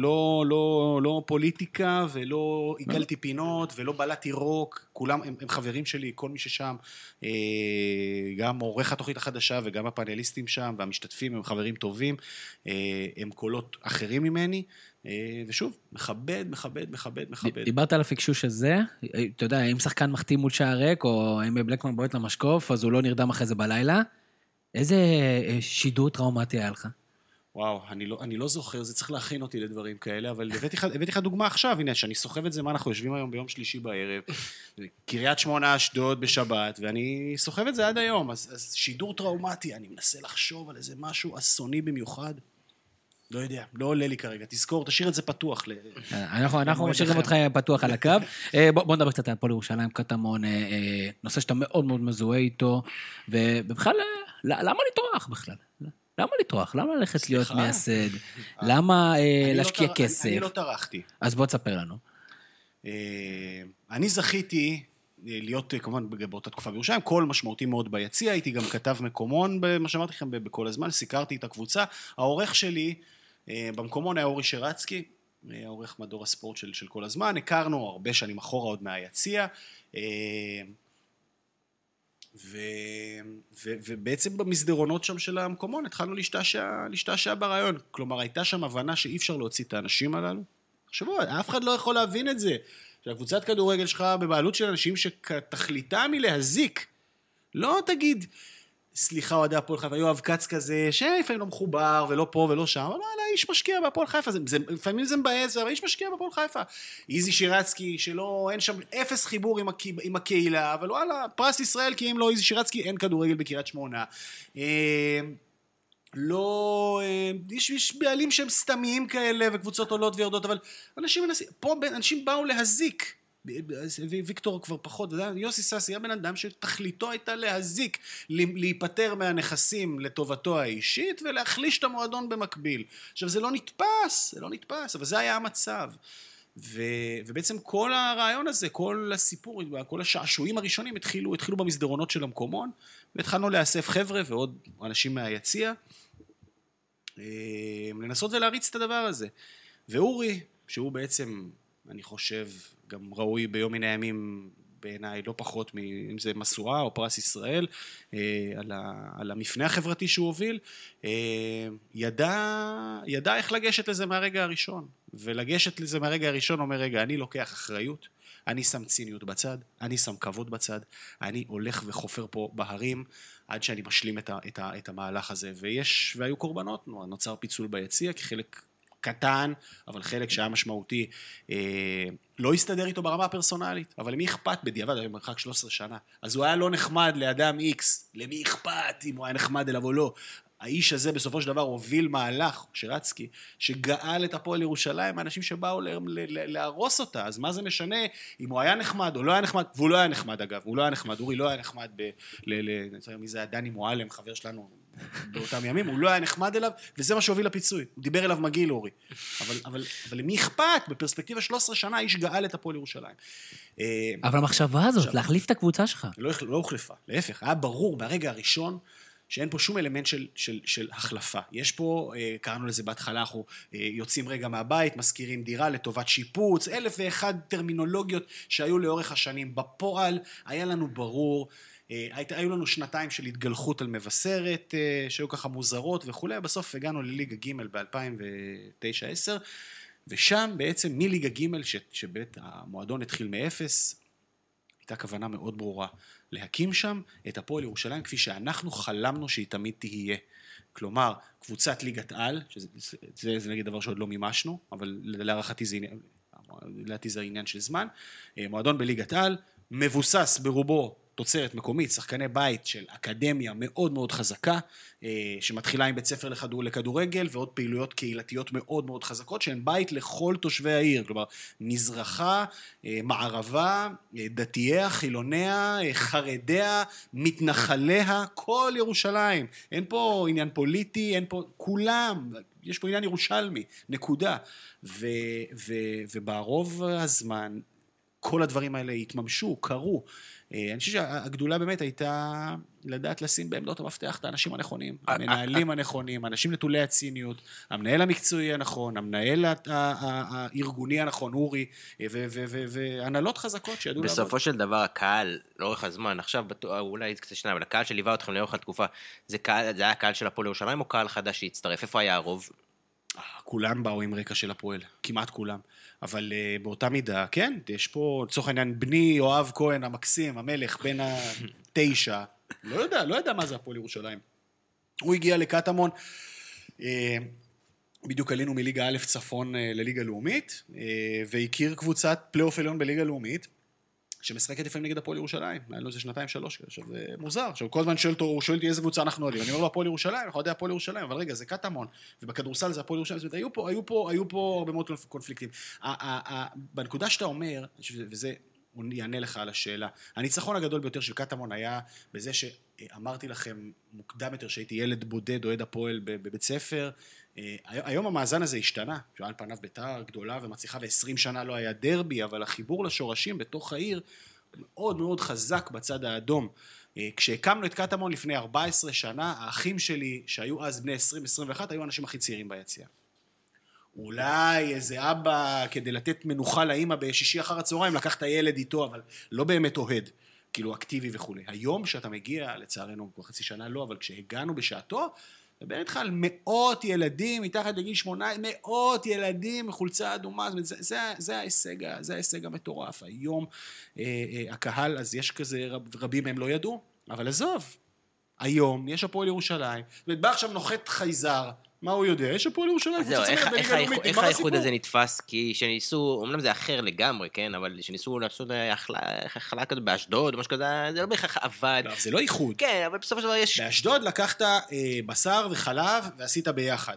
לא פוליטיקה, ולא עיגלתי פינות, ולא בלעתי רוק, כולם הם חברים שלי, כל מי ששם, גם עורך התוכנית החדשה, וגם הפאנליסטים שם, והמשתתפים הם חברים טובים, הם קולות אחרים ממני, ושוב, מכבד. דיברת על הפיקשוש הזה, אתה יודע, אם שחקן מחתים מול שער ריק, או אם בלקמן בועט למשקוף, אז הוא לא נרדם אחרי זה בלילה, איזה שידור טראומטי היה לך? וואו, אני לא זוכר, זה צריך להכין אותי לדברים כאלה, אבל הבאתי לך דוגמה עכשיו, הנה, שאני סוחב את זה, מה אנחנו יושבים היום ביום שלישי בערב, קריית שמונה אשדוד בשבת, ואני סוחב את זה עד היום, אז שידור טראומטי, אני מנסה לחשוב על איזה משהו אסוני במיוחד, לא יודע, לא עולה לי כרגע, תזכור, תשאיר את זה פתוח. אנחנו משאירים אותך פתוח על הקו, בוא נדבר קצת על הפועל ירושלים, קטמון, נושא שאתה מאוד מאוד מזוהה איתו, ובכלל, למה לטרוח בכלל? למה לטרוח? למה ללכת להיות מייסד? למה להשקיע כסף? אני לא טרחתי. אז בוא תספר לנו. אני זכיתי להיות כמובן באותה תקופה בירושלים, קול משמעותי מאוד ביציע, הייתי גם כתב מקומון, מה שאמרתי לכם בכל הזמן, סיקרתי את הקבוצה, העורך שלי במקומון היה אורי שרצקי, עורך מדור הספורט של כל הזמן, הכרנו הרבה שנים אחורה עוד מהיציע, ובעצם במסדרונות שם של המקומון התחלנו להשתעשע ברעיון, כלומר הייתה שם הבנה שאי אפשר להוציא את האנשים הללו, תחשבו, אף אחד לא יכול להבין את זה, שהקבוצת כדורגל שלך בבעלות של אנשים שתכליתם היא להזיק, לא תגיד, סליחה, אוהדי הפועל חיפה, יואב כץ כזה, שלפעמים לא מחובר, ולא פה ולא שם, אבל לא, איש משקיע בהפועל חיפה, לפעמים זה מבאס, אבל איש משקיע בהפועל חיפה. איזי שירצקי, שלא, אין שם אפס חיבור עם הקהילה, אבל וואלה, פרס ישראל, כי אם לא איזי שירצקי, אין כדורגל בקריית שמונה. לא, יש בעלים שהם סתמיים כאלה, וקבוצות עולות ויורדות, אבל אנשים באו להזיק, ויקטור כבר פחות, יוסי סאסי היה בן אדם שתכליתו הייתה להזיק, להיפטר מהנכסים לטובתו האישית, ולהחליש את המועדון במקביל. עכשיו זה לא נתפס, אבל זה היה המצב. ובעצם כל הרעיון הזה, כל הסיפור, כל השעשועים הראשונים התחילו במסדרונות של המקומון, והתחלנו לאסף חבר'ה ועוד אנשים מהיציע, לנסות ולהריץ את הדבר הזה. ואורי, שהוא בעצם, אני חושב, גם ראוי ביום מן הימים בעיניי לא פחות אם זה מסורה או פרס ישראל, על המפנה החברתי שהוא הוביל, ידע איך לגשת לזה מהרגע הראשון, ולגשת לזה מהרגע הראשון אומר, רגע, אני לוקח אחריות, אני שם ציניות בצד, אני שם כבוד בצד, אני הולך וחופר פה בהרים, עד שאני משלים את המהלך הזה, והיו קורבנות, נוצר פיצול ביציע, כי חלק קטן, אבל חלק שהיה משמעותי, לא הסתדר איתו ברמה הפרסונלית, אבל למי אכפת בדיעבד, היה מרחק 13 שנה, אז הוא היה לא נחמד לאדם X, למי אכפת אם הוא היה נחמד אליו או לא, האיש הזה בסופו של דבר הוביל מהלך, שרצקי, שגאל את הפועל ירושלים, האנשים שבאו להרוס אותה, אז מה זה משנה אם הוא היה נחמד או לא היה נחמד, והוא לא היה נחמד אגב, הוא לא היה נחמד, אורי לא היה נחמד, מי זה היה דני מועלם, חבר שלנו באותם ימים, הוא לא היה נחמד אליו, וזה מה שהוביל לפיצוי, הוא דיבר אליו מגעיל אורי, אבל למי אכפת, בפרספקטיבה 13 שנה, איש גאל את הפועל ירושלים. אבל המחשבה הזאת, להחליף את הקבוצה שלך. לא הוחלפה, להפך, היה ברור ברגע הראשון, שאין פה שום אלמנט של החלפה. יש פה, קראנו לזה בהתחלה, אנחנו יוצאים רגע מהבית, מזכירים דירה לטובת שיפוץ, 1001 טרמינולוגיות שהיו לאורך השנים. בפועל היה לנו ברור, היו לנו שנתיים של התגלחות על מבשרת, שהיו ככה מוזרות וכו'. בסוף הגענו לליגה ג' ב-2009-2010, ושם בעצם מליגה ג' שבאמת המועדון התחיל מאפס, הייתה כוונה מאוד ברורה. להקים שם את הפועל ירושלים כפי שאנחנו חלמנו שהיא תמיד תהיה. כלומר, קבוצת ליגת על, זה נגיד דבר שעוד לא מימשנו, אבל להערכתי זה עניין של זמן, מועדון בליגת על, מבוסס ברובו תוצרת מקומית, שחקני בית של אקדמיה מאוד מאוד חזקה, שמתחילה עם בית ספר לכדורגל, ועוד פעילויות קהילתיות מאוד מאוד חזקות, שהן בית לכל תושבי העיר, כלומר, מזרחה, מערבה, דתייה, חילוניה, חרדיה, מתנחליה, כל ירושלים. אין פה עניין פוליטי, אין פה, כולם, יש פה עניין ירושלמי, נקודה. וברוב הזמן, כל הדברים האלה התממשו, קרו. אני חושב שהגדולה באמת הייתה לדעת לשים בעמדות המפתח את האנשים הנכונים, המנהלים הנכונים, האנשים נטולי הציניות, המנהל המקצועי הנכון, המנהל הארגוני הנכון, אורי, והנהלות חזקות שידעו לעבוד. בסופו של דבר הקהל, לאורך הזמן, עכשיו אולי קצת שנה, אבל הקהל שליווה אתכם לאורך התקופה, זה היה קהל של הפועל ירושלים או קהל חדש שהצטרף? איפה היה הרוב? כולם באו עם רקע של הפועל, כמעט כולם. אבל באותה מידה, כן, יש פה, לצורך העניין, בני יואב כהן המקסים, המלך, בין 9, לא יודע מה זה הפועל ירושלים. הוא הגיע לקטמון, בדיוק עלינו מליגה א' צפון לליגה לאומית, והכיר קבוצת פלייאוף עליון בליגה לאומית, שמשחקת לפעמים נגד הפועל ירושלים, היה לו איזה 2-3, עכשיו זה מוזר, עכשיו כל הזמן הוא שואל אותי איזה קבוצה אנחנו יודעים, אני אומר לו הפועל ירושלים, אנחנו יודעים הפועל ירושלים, אבל רגע, זה קטמון, ובכדורסל זה הפועל ירושלים, זאת אומרת, היו פה הרבה מאוד קונפליקטים. בנקודה שאתה אומר, וזה יענה לך על השאלה, הניצחון הגדול ביותר של קטמון היה בזה שאמרתי לכם מוקדם יותר שהייתי ילד בודד, אוהד הפועל בבית ספר, היום המאזן הזה השתנה, שעל פניו בית"ר גדולה ומצליחה, ו20 שנה לא היה דרבי, אבל החיבור לשורשים בתוך העיר מאוד מאוד חזק בצד האדום. כשהקמנו את קטמון לפני 14 שנה, האחים שלי שהיו אז בני 20-21 היו האנשים הכי צעירים ביציאה. אולי איזה אבא, כדי לתת מנוחה לאמא בשישי אחר הצהריים, לקח את הילד איתו, אבל לא באמת אוהד, כאילו אקטיבי וכו'. היום שאתה מגיע, לצערנו, כבר חצי שנה לא, אבל כשהגענו בשעתו, דבר איתך על מאות ילדים, מתחת לגיל 8, מאות ילדים מחולצה אדומה, זה ההישג המטורף. היום הקהל, אז יש כזה, רבים מהם לא ידעו, אבל עזוב, היום יש הפועל ירושלים, ובא עכשיו נוחת חייזר, מה הוא יודע? יש הפועל ירושלים. איך האיחוד הזה נתפס? כי שניסו, אומנם זה אחר לגמרי, כן, אבל שניסו לעשות החלה כזאת באשדוד, משהו כזה, זה לא בהכרח עבד. זה לא איחוד. כן, אבל בסופו של דבר יש... באשדוד לקחת בשר וחלב ועשית ביחד.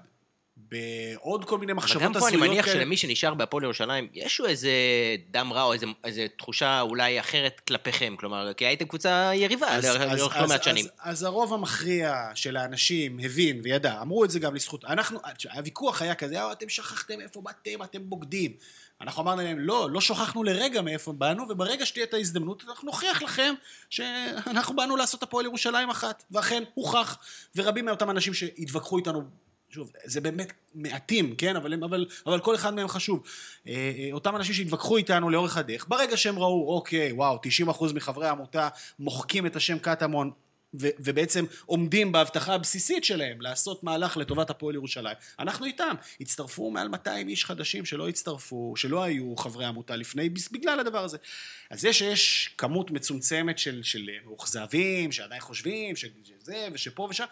בעוד כל מיני מחשבות הזויות כאלה. וגם פה אני מניח שלמי שנשאר בהפועל ירושלים, יש לו איזה דם רע או איזה תחושה אולי אחרת כלפיכם, כלומר, כי הייתם קבוצה יריבה לאורך לא מעט שנים. אז הרוב המכריע של האנשים הבין וידע, אמרו את זה גם לזכות. הוויכוח היה כזה, אתם שכחתם איפה באתם, אתם בוגדים. אנחנו אמרנו להם, לא שוכחנו לרגע מאיפה באנו, וברגע שתהיה את ההזדמנות, אנחנו נוכיח לכם שאנחנו באנו לעשות הפועל ירושלים אחת, ואכן הוכח, ורבים מאותם אנשים שהתווכחו איתנו, שוב, זה באמת מעטים, כן? אבל כל אחד מהם חשוב. אותם אנשים שהתווכחו איתנו לאורך הדרך, ברגע שהם ראו, אוקיי, וואו, 90% מחברי העמותה מוחקים את השם קטמון, ובעצם עומדים בהבטחה הבסיסית שלהם לעשות מהלך לטובת הפועל ירושלים. אנחנו איתם. הצטרפו מעל 200 איש חדשים שלא הצטרפו, שלא היו חברי עמותה לפני, בגלל הדבר הזה. אז זה שיש כמות מצומצמת של מאוכזבים, שעדיין חושבים, שזה ושפה ושם,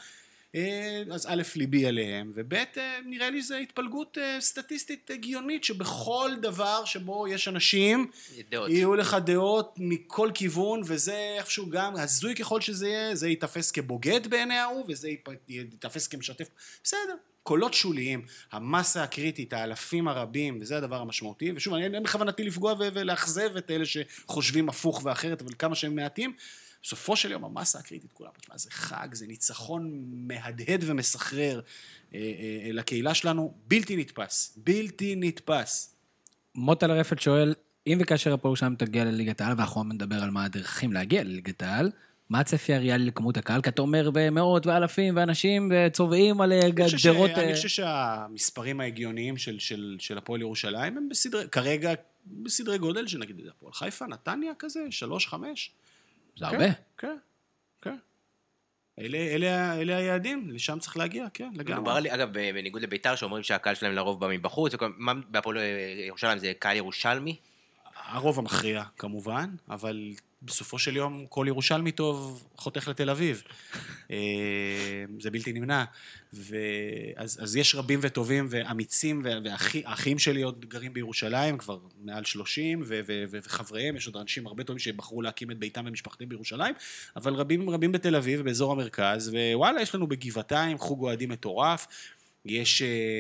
אז א' ליבי עליהם, וב' נראה לי זה התפלגות סטטיסטית הגיונית, שבכל דבר שבו יש אנשים, יהיו לך דעות מכל כיוון, וזה איפשהו גם, הזוי ככל שזה יהיה, זה יתפס כבוגד בעיני ההוא, וזה יתפס כמשתף, בסדר. קולות שוליים, המסה הקריטית, האלפים הרבים, וזה הדבר המשמעותי, ושוב, אין בכוונתי לפגוע ולאכזב את אלה שחושבים הפוך ואחרת, אבל כמה שהם מעטים, בסופו של יום, המסה הקריטית כולה, זה חג, זה ניצחון מהדהד ומסחרר לקהילה שלנו, בלתי נתפס, בלתי נתפס. מוטל רפת שואל, אם וכאשר הפועל ירושלים תגיע לליגת העל, ואנחנו נדבר על מה הדרכים להגיע לליגת העל, מה הצפי הריאלי לכמות הקהל? כי אתה אומר במאות ואלפים ואנשים וצובעים על גדרות... אני חושב שהמספרים ההגיוניים של הפועל ירושלים הם כרגע בסדרי גודל, שנגיד הפועל חיפה, נתניה כזה, 3-5. זה הרבה. כן, כן. אלה היעדים, לשם צריך להגיע, כן, לגמרי. מדובר לי, אגב, בניגוד לביתר, שאומרים שהקהל שלהם לרוב בא מבחוץ, מה בהפועל ירושלים זה קהל ירושלמי? הרוב המכריע, כמובן, אבל בסופו של יום כל ירושלמי טוב חותך לתל אביב. זה בלתי נמנע. אז יש רבים וטובים ואמיצים, והאחים שלי עוד גרים בירושלים, כבר מעל 30, וחבריהם, יש עוד אנשים הרבה טובים שבחרו להקים את ביתם ומשפחתם בירושלים, אבל רבים בתל אביב, באזור המרכז, ווואלה, יש לנו בגבעתיים חוג אוהדים מטורף, יש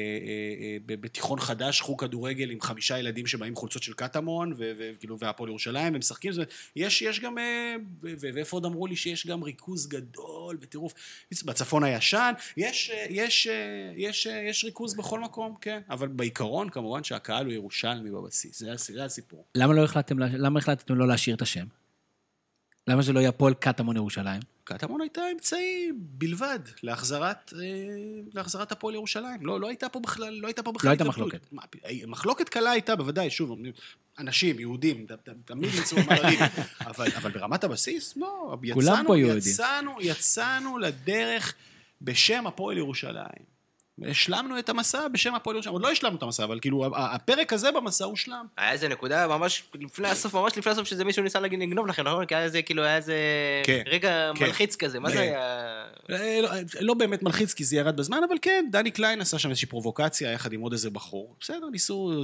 בתיכון חדש חוג כדורגל עם 5 ילדים שבאים חולצות של קטמון והפועל ירושלים, הם משחקים, יש גם, ואיפה עוד אמרו לי שיש גם ריכוז גדול בטירוף, בצפון הישן, יש ריכוז בכל מקום, כן, אבל בעיקרון כמובן שהקהל הוא ירושלמי בבסיס, זה הסיפור. למה החלטתם לא להשאיר את השם? למה זה לא יהיה הפועל קטמון ירושלים? קטמון הייתה אמצעי בלבד להחזרת הפועל ירושלים. לא הייתה פה בכלל, לא הייתה מחלוקת. מחלוקת קלה הייתה, בוודאי, שוב, אנשים, יהודים, תמיד נמצאו מרדים, אבל ברמת הבסיס, לא, יצאנו לדרך בשם הפועל ירושלים. השלמנו את המסע בשם הפועל ירושלים. עוד לא השלמנו את המסע, אבל כאילו, הפרק הזה במסע הושלם. היה איזה נקודה ממש לפני הסוף, שזה מישהו ניסה לגנוב לכם, נכון? כי היה איזה רגע מלחיץ כזה. מה זה היה? לא באמת מלחיץ, כי זה ירד בזמן, אבל כן, דני קליין עשה שם איזושהי פרובוקציה, יחד עם עוד איזה בחור. בסדר, ניסו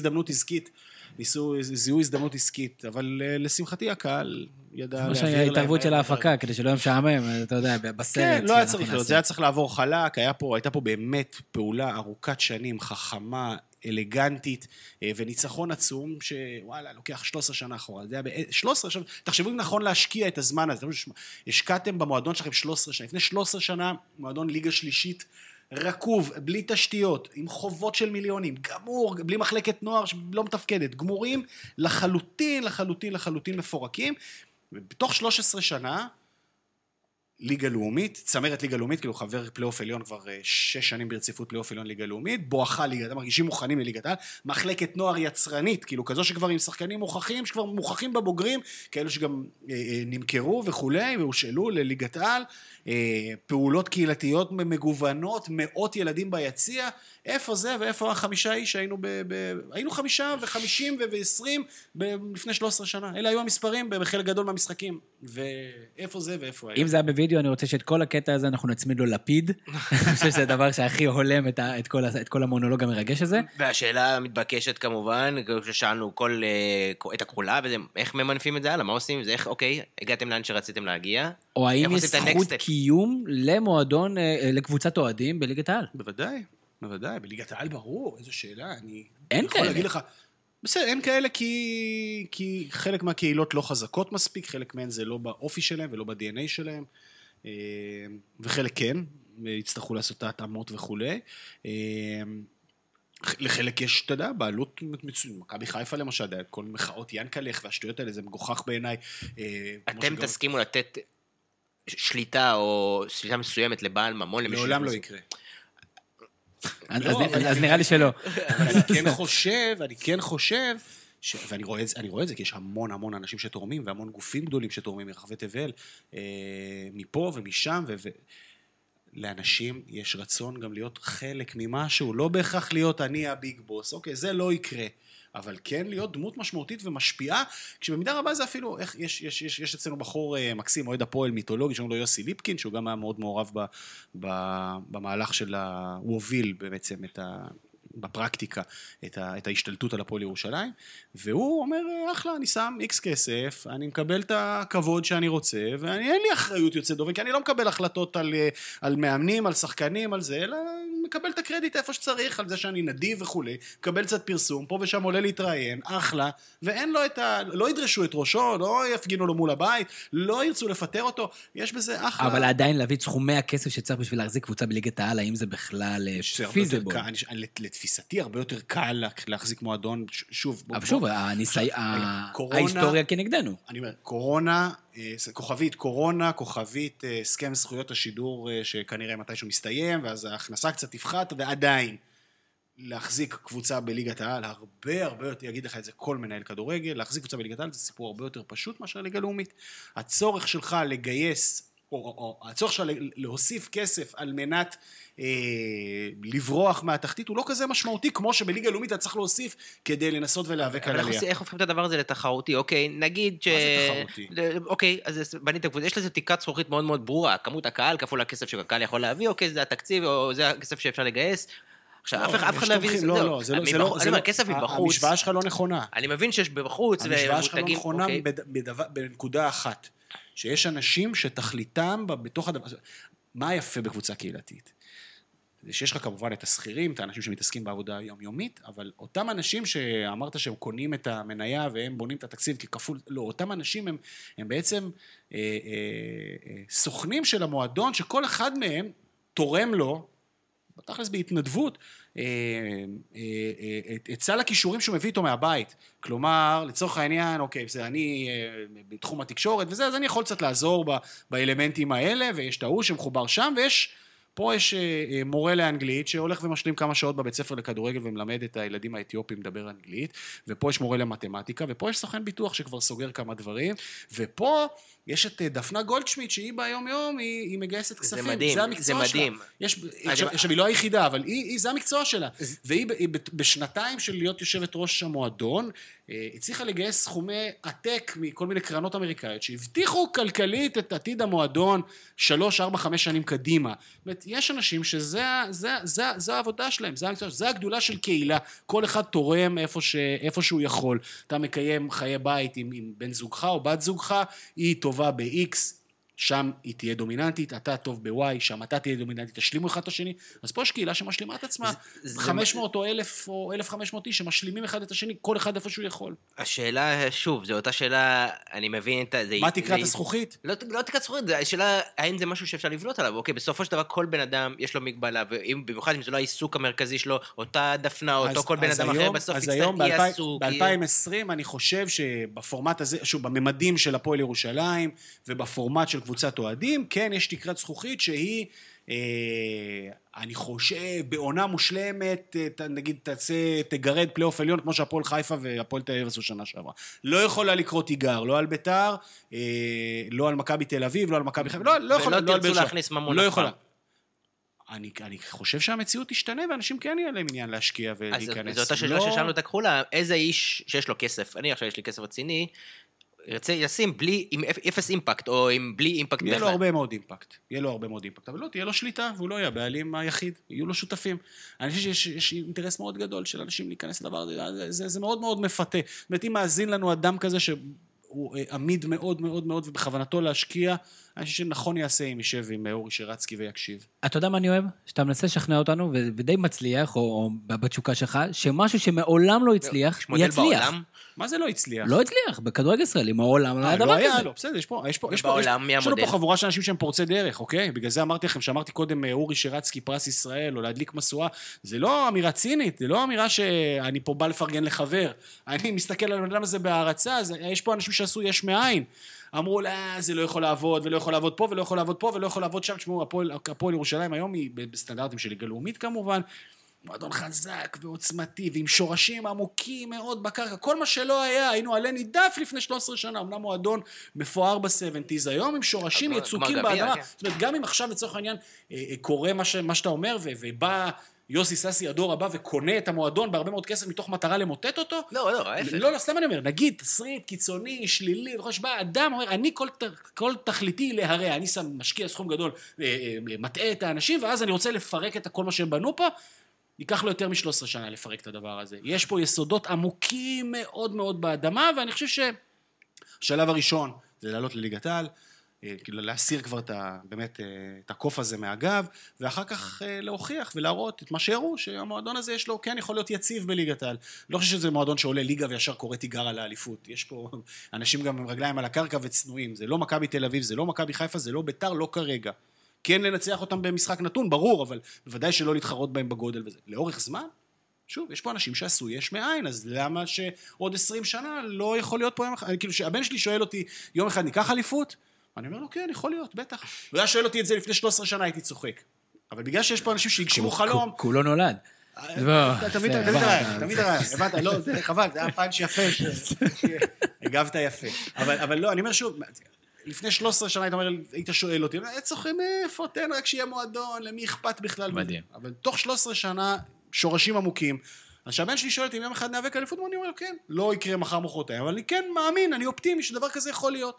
זיהוי הזדמנות עסקית, אבל לשמחתי הקהל ידע להעביר להם. ההתערבות של ההפקה, כדי שלא יהיה משעמם, אתה יודע, בסרט. כן, לא היה צריך להיות, זה היה צריך לעבור חלק, הייתה פה באמת פעולה ארוכת שנים, חכמה, אלגנטית, וניצחון עצום, שוואלה, לוקח 13 שנה אחורה. 13 שנה, תחשבו אם נכון להשקיע את הזמן הזה, השקעתם במועדון שלכם 13 שנה, לפני 13 שנה, מועדון ליגה שלישית, רקוב, בלי תשתיות, עם חובות של מיליונים, גמור, בלי מחלקת נוער שלא מתפקדת, גמורים לחלוטין מפורקים, ובתוך 13 שנה, ליגה לאומית, צמרת ליגה לאומית, כאילו חבר פלייאוף עליון כבר 6 שנים ברציפות פלייאוף עליון ליגה לאומית, בואכה ליגה, אתם מרגישים מוכנים לליגת העל, מחלקת נוער יצרנית, כאילו כזו שכבר עם שחקנים מוכחים, שכבר מוכחים בבוגרים, כאלו שגם נמכרו וכולי, והושאלו לליגת העל, פעולות קהילתיות מגוונות, מאות ילדים ביציע, איפה זה ואיפה 5 איש, היינו 5 ו50 ו20 לפני 13 שנה, אלה היו המספרים בחלק גדול מהמשחקים, ואיפה זה ואיפה היה. אם זה היה בווידאו, אני רוצה שאת כל הקטע הזה אנחנו נצמיד לו לפיד, אני חושב שזה הדבר שהכי הולם את כל המונולוג המרגש הזה. והשאלה המתבקשת כמובן, כששאלנו את הכחולה, איך ממנפים את זה הלאה, מה עושים? זה איך, אוקיי, הגעתם לאן שרציתם להגיע? או האם יש זכות קיום למועדון, לקבוצת אוהדים בליגת העל? בוודאי. בוודאי, בליגת העל ברור, איזו שאלה, אני אין יכול כאלה. להגיד לך, בסדר, אין כאלה כי חלק מהקהילות לא חזקות מספיק, חלק מהן זה לא באופי שלהם ולא ב-DNA שלהם, וחלק כן, יצטרכו לעשות את ההתאמות וכולי. לחלק יש, אתה יודע, בעלות מצוינת, מכבי חיפה למשל, כל מחאות ינקלך והשטויות האלה, זה מגוחך בעיניי. אתם תסכימו לתת שליטה או שליטה מסוימת לבעל ממון? לעולם לא יקרה. אז נראה לי שלא. אבל אני כן חושב, ואני רואה את זה, כי יש המון אנשים שתורמים, והמון גופים גדולים שתורמים מרחבי תבל, מפה ומשם, לאנשים יש רצון גם להיות חלק ממשהו, לא בהכרח להיות אני הביג בוס, אוקיי, זה לא יקרה, אבל כן להיות דמות משמעותית ומשפיעה, כשבמידה רבה זה אפילו, יש אצלנו בחור מקסים, אוהד הפועל מיתולוגי, שקוראים לו יוסי ליפקין, שהוא גם היה מאוד מעורב במהלך של הוא הוביל בעצם בפרקטיקה את ההשתלטות על הפועל ירושלים, והוא אומר, אחלה, אני שם X כסף, אני מקבל את הכבוד שאני רוצה, ואין לי אחריות יוצאת דופן, כי אני לא מקבל החלטות על מאמנים, על שחקנים, על זה, אלא מקבל את הקרדיט איפה שצריך, על זה שאני נדיב וכולי, מקבל קצת פרסום, פה ושם עולה להתראיין, אחלה, ואין לו לא ידרשו את ראשו, לא יפגינו לו מול הבית, לא ירצו לפטר אותו, יש בזה אחלה. אבל עדיין להביא את סכומי הכסף שצריך בשביל להחזיק קבוצה בליגת העל, האם זה בכלל פיזיבול? לתפיסתי הרבה יותר קל להחזיק מועדון, שוב. אבל שוב, ההיסטוריה כנגדנו. אני אומר, קורונה, כוכבית, הסכם זכויות השידור שכנראה מתישהו מסתיים, ואז ההכנסה קצת תפחת, ועדיין להחזיק קבוצה בליגת העל, הרבה יותר, יגיד לך את זה כל מנהל כדורגל, להחזיק קבוצה בליגת העל זה סיפור הרבה יותר פשוט מאשר ליגה לאומית. הצורך שלך לגייס, או הצורך שלך להוסיף כסף על מנת לברוח מהתחתית, הוא לא כזה משמעותי, כמו שבליגה לאומית אתה צריך להוסיף כדי לנסות ולהיאבק על עלייה. איך הופכים את הדבר הזה לתחרותי? אוקיי, נגיד ש... מה זה תחרותי? אוקיי, אז בנית קבוצה, יש לזה תקרת זכוכית מאוד מאוד ברורה, כמות הקהל, כפול הכסף שהקהל יכול להביא, אוקיי, זה התקציב, או זה הכסף שאפשר לגייס. עכשיו, אף אחד לא מבין... לא, זה לא... אני אומר, כסף מבחוץ... המשוואה שלך לא נכונה. אני מבין שיש בחוץ... המשוואה שלך לא נכונה בנקודה אחת, שיש אנשים שתכליתם בתוך הדבר... מה יפה בקבוצה קהילתית? שיש לך כמובן את השכירים, את האנשים שמתעסקים בעבודה יומיומית, אבל אותם אנשים שאמרת שהם קונים את המניה והם בונים את התקציב ככפול, לא, אותם אנשים הם בעצם סוכנים של המועדון, שכל אחד מהם תורם לו, בתכלס בהתנדבות, את סל הכישורים שהוא מביא איתו מהבית. כלומר, לצורך העניין, אוקיי, זה אני בתחום התקשורת וזה, אז אני יכול קצת לעזור באלמנטים האלה, ויש תאו שמחובר שם, פה יש מורה לאנגלית שהולך ומשלים כמה שעות בבית ספר לכדורגל ומלמד את הילדים האתיופים לדבר אנגלית, ופה יש מורה למתמטיקה, ופה יש סוכן ביטוח שכבר סוגר כמה דברים, ופה יש את דפנה גולדשמיט שהיא ביום יום, היא מגייסת כספים. זה מדהים, זה מדהים. עכשיו, היא לא היחידה, אבל זה המקצוע שלה, והיא בשנתיים של להיות יושבת ראש המועדון, הצליחה לגייס סכומי עתק מכל מיני קרנות אמריקאיות, שהבטיחו כלכלית את עתיד המועדון 3, 4, 5 שנים קדימה. זאת אומרת, יש אנשים שזה העבודה שלהם, זה הגדולה של קהילה, כל אחד תורם איפה שהוא יכול. אתה מקיים חיי בית עם בן זוגך או בת זוגך, היא טובה ב-X, שם היא תהיה דומיננטית, אתה טוב ב-Y, שם אתה תהיה דומיננטית, תשלימו אחד את השני, אז פה יש קהילה שמשלימה את עצמה, 500 או 1,000 או 1,500 איש שמשלימים אחד את השני, כל אחד איפה שהוא יכול. השאלה, שוב, זו אותה שאלה, אני מבין את זה. מה תקרת הזכוכית? לא תקרת הזכוכית, השאלה, האם זה משהו שאפשר לבנות עליו? אוקיי, בסופו של דבר כל בן אדם יש לו מגבלה, במיוחד אם זה לא העיסוק המרכזי שלו, אותה דפנה, אותו כל בן אדם אחר, בסוף יצטרך אי עסוק. ב-2020 אני חושב שבפורמט הזה, שוב, בממדים של הפועל ירושלים, ובפורמט של קבוצת אוהדים, כן, יש תקרת זכוכית שהיא, אני חושב, בעונה מושלמת, נגיד, תגרד פלייאוף עליון, כמו שהפועל חיפה והפועל תל אביב עשו שנה שעברה. לא יכולה לקרוא תיגר, לא על ביתר, לא על מכבי תל אביב, לא על מכבי חיפה, לא יכולה, ולא תרצו להכניס ממון אף פעם. אני חושב שהמציאות תשתנה, ואנשים כן יהיה להם עניין להשקיע ולהיכנס. אז זו אותה שאלה ששאלנו את הכחולה, איזה איש שיש לו כסף, אני עכשיו יש לי כסף רציני, ירצה לשים עם אפס אימפקט, או בלי אימפקט בכלל. יהיה לו הרבה מאוד אימפקט, אבל לא תהיה לו שליטה, והוא לא יהיה הבעלים היחיד, יהיו לו שותפים. אני חושב שיש אינטרס מאוד גדול של אנשים להיכנס לדבר הזה, זה מאוד מאוד מפתה. זאת אומרת, אם מאזין לנו אדם כזה שהוא עמיד מאוד מאוד מאוד, ובכוונתו להשקיע, אני חושב שנכון יעשה אם יישב עם אורי שרצקי ויקשיב. אתה יודע מה אני אוהב? שאתה מנסה לשכנע אותנו, ודי מצליח, או בתשוקה שלך, שמשהו שמעולם לא הצליח, יצליח. מה זה לא הצליח? לא הצליח, בכדורגל ישראלי, מעולם לא היה דבר כזה. לא, בסדר, יש פה חבורה של אנשים שהם פורצי דרך, אוקיי? בגלל זה אמרתי לכם, שאמרתי קודם אורי שרצקי פרס ישראל, או להדליק משואה, זה לא אמירה צינית, זה לא אמירה שאני פה בא לפרגן לחבר, אני מסתכל על האדם הזה בהערצה, יש פה אנשים שעשו יש מאין, אמרו לה, זה לא יכול לעבוד, ולא יכול לעבוד פה, ולא יכול לעבוד פה, ולא יכול לעבוד שם, תשמעו, הפועל ירושלים היום היא בסטנדרטים של ליגה לאומית כמובן, מועדון חזק ועוצמתי, ועם שורשים עמוקים מאוד בקרקע, כל מה שלא היה, היינו עלי נידף לפני 13 שנה, אמנם מועדון מפואר ב-70s, היום עם שורשים יצוקים באדמה, זאת אומרת, גם אם עכשיו לצורך העניין קורה מה שאתה אומר, ובא יוסי ססי הדור הבא וקונה את המועדון בהרבה מאוד כסף מתוך מטרה למוטט אותו, לא, סתם אני אומר, נגיד, תסריט קיצוני, שלילי, וכל שבא אדם אומר, אני כל תכליתי להרע, אני משקיע סכום גדול, מטעה את האנשים, ואז אני רוצה לפרק את כל מה שהם בנו פה, ייקח לו יותר מ-13 שנה לפרק את הדבר הזה. יש פה יסודות עמוקים מאוד מאוד באדמה, ואני חושב שהשלב הראשון זה לעלות לליגת העל, להסיר כבר באמת את הקוף הזה מהגב, ואחר כך להוכיח ולהראות את מה שיראו, שהמועדון הזה יש לו, כן יכול להיות יציב בליגת העל. לא חושב שזה מועדון שעולה ליגה וישר קורא תיגר על האליפות. יש פה אנשים גם עם רגליים על הקרקע וצנועים. זה לא מכבי תל אביב, זה לא מכבי חיפה, זה לא ביתר, לא כרגע. כן לנצח אותם במשחק נתון, ברור, אבל בוודאי שלא להתחרות בהם בגודל וזה. לאורך זמן, שוב, יש פה אנשים שעשו יש מאין, אז למה שעוד 20 שנה לא יכול להיות פה יום אחד? כאילו שהבן שלי שואל אותי, יום אחד ניקח אליפות? אני אומר לו, כן, יכול להיות, בטח. הוא היה שואל אותי את זה לפני 13 שנה, הייתי צוחק. אבל בגלל שיש פה אנשים שהגשימו חלום... כולו נולד. תמיד הרעיון, הבנת, לא, זה חבל, זה היה פאנץ' יפה, הגבת יפה. אבל לא, אני אומר שוב, לפני 13 שנה היית שואל אותי, צוחקים איפה, תן רק שיהיה מועדון, למי אכפת בכלל. מדהים. אבל תוך 13 שנה, שורשים עמוקים, אז שהבן שלי שואל אותי, אם יום אחד נאבק אליפות, אני אומר לו, כן, לא יקרה מחר מחרתיים, אבל אני כן מאמין, אני אופטימי שדבר כזה יכול להיות.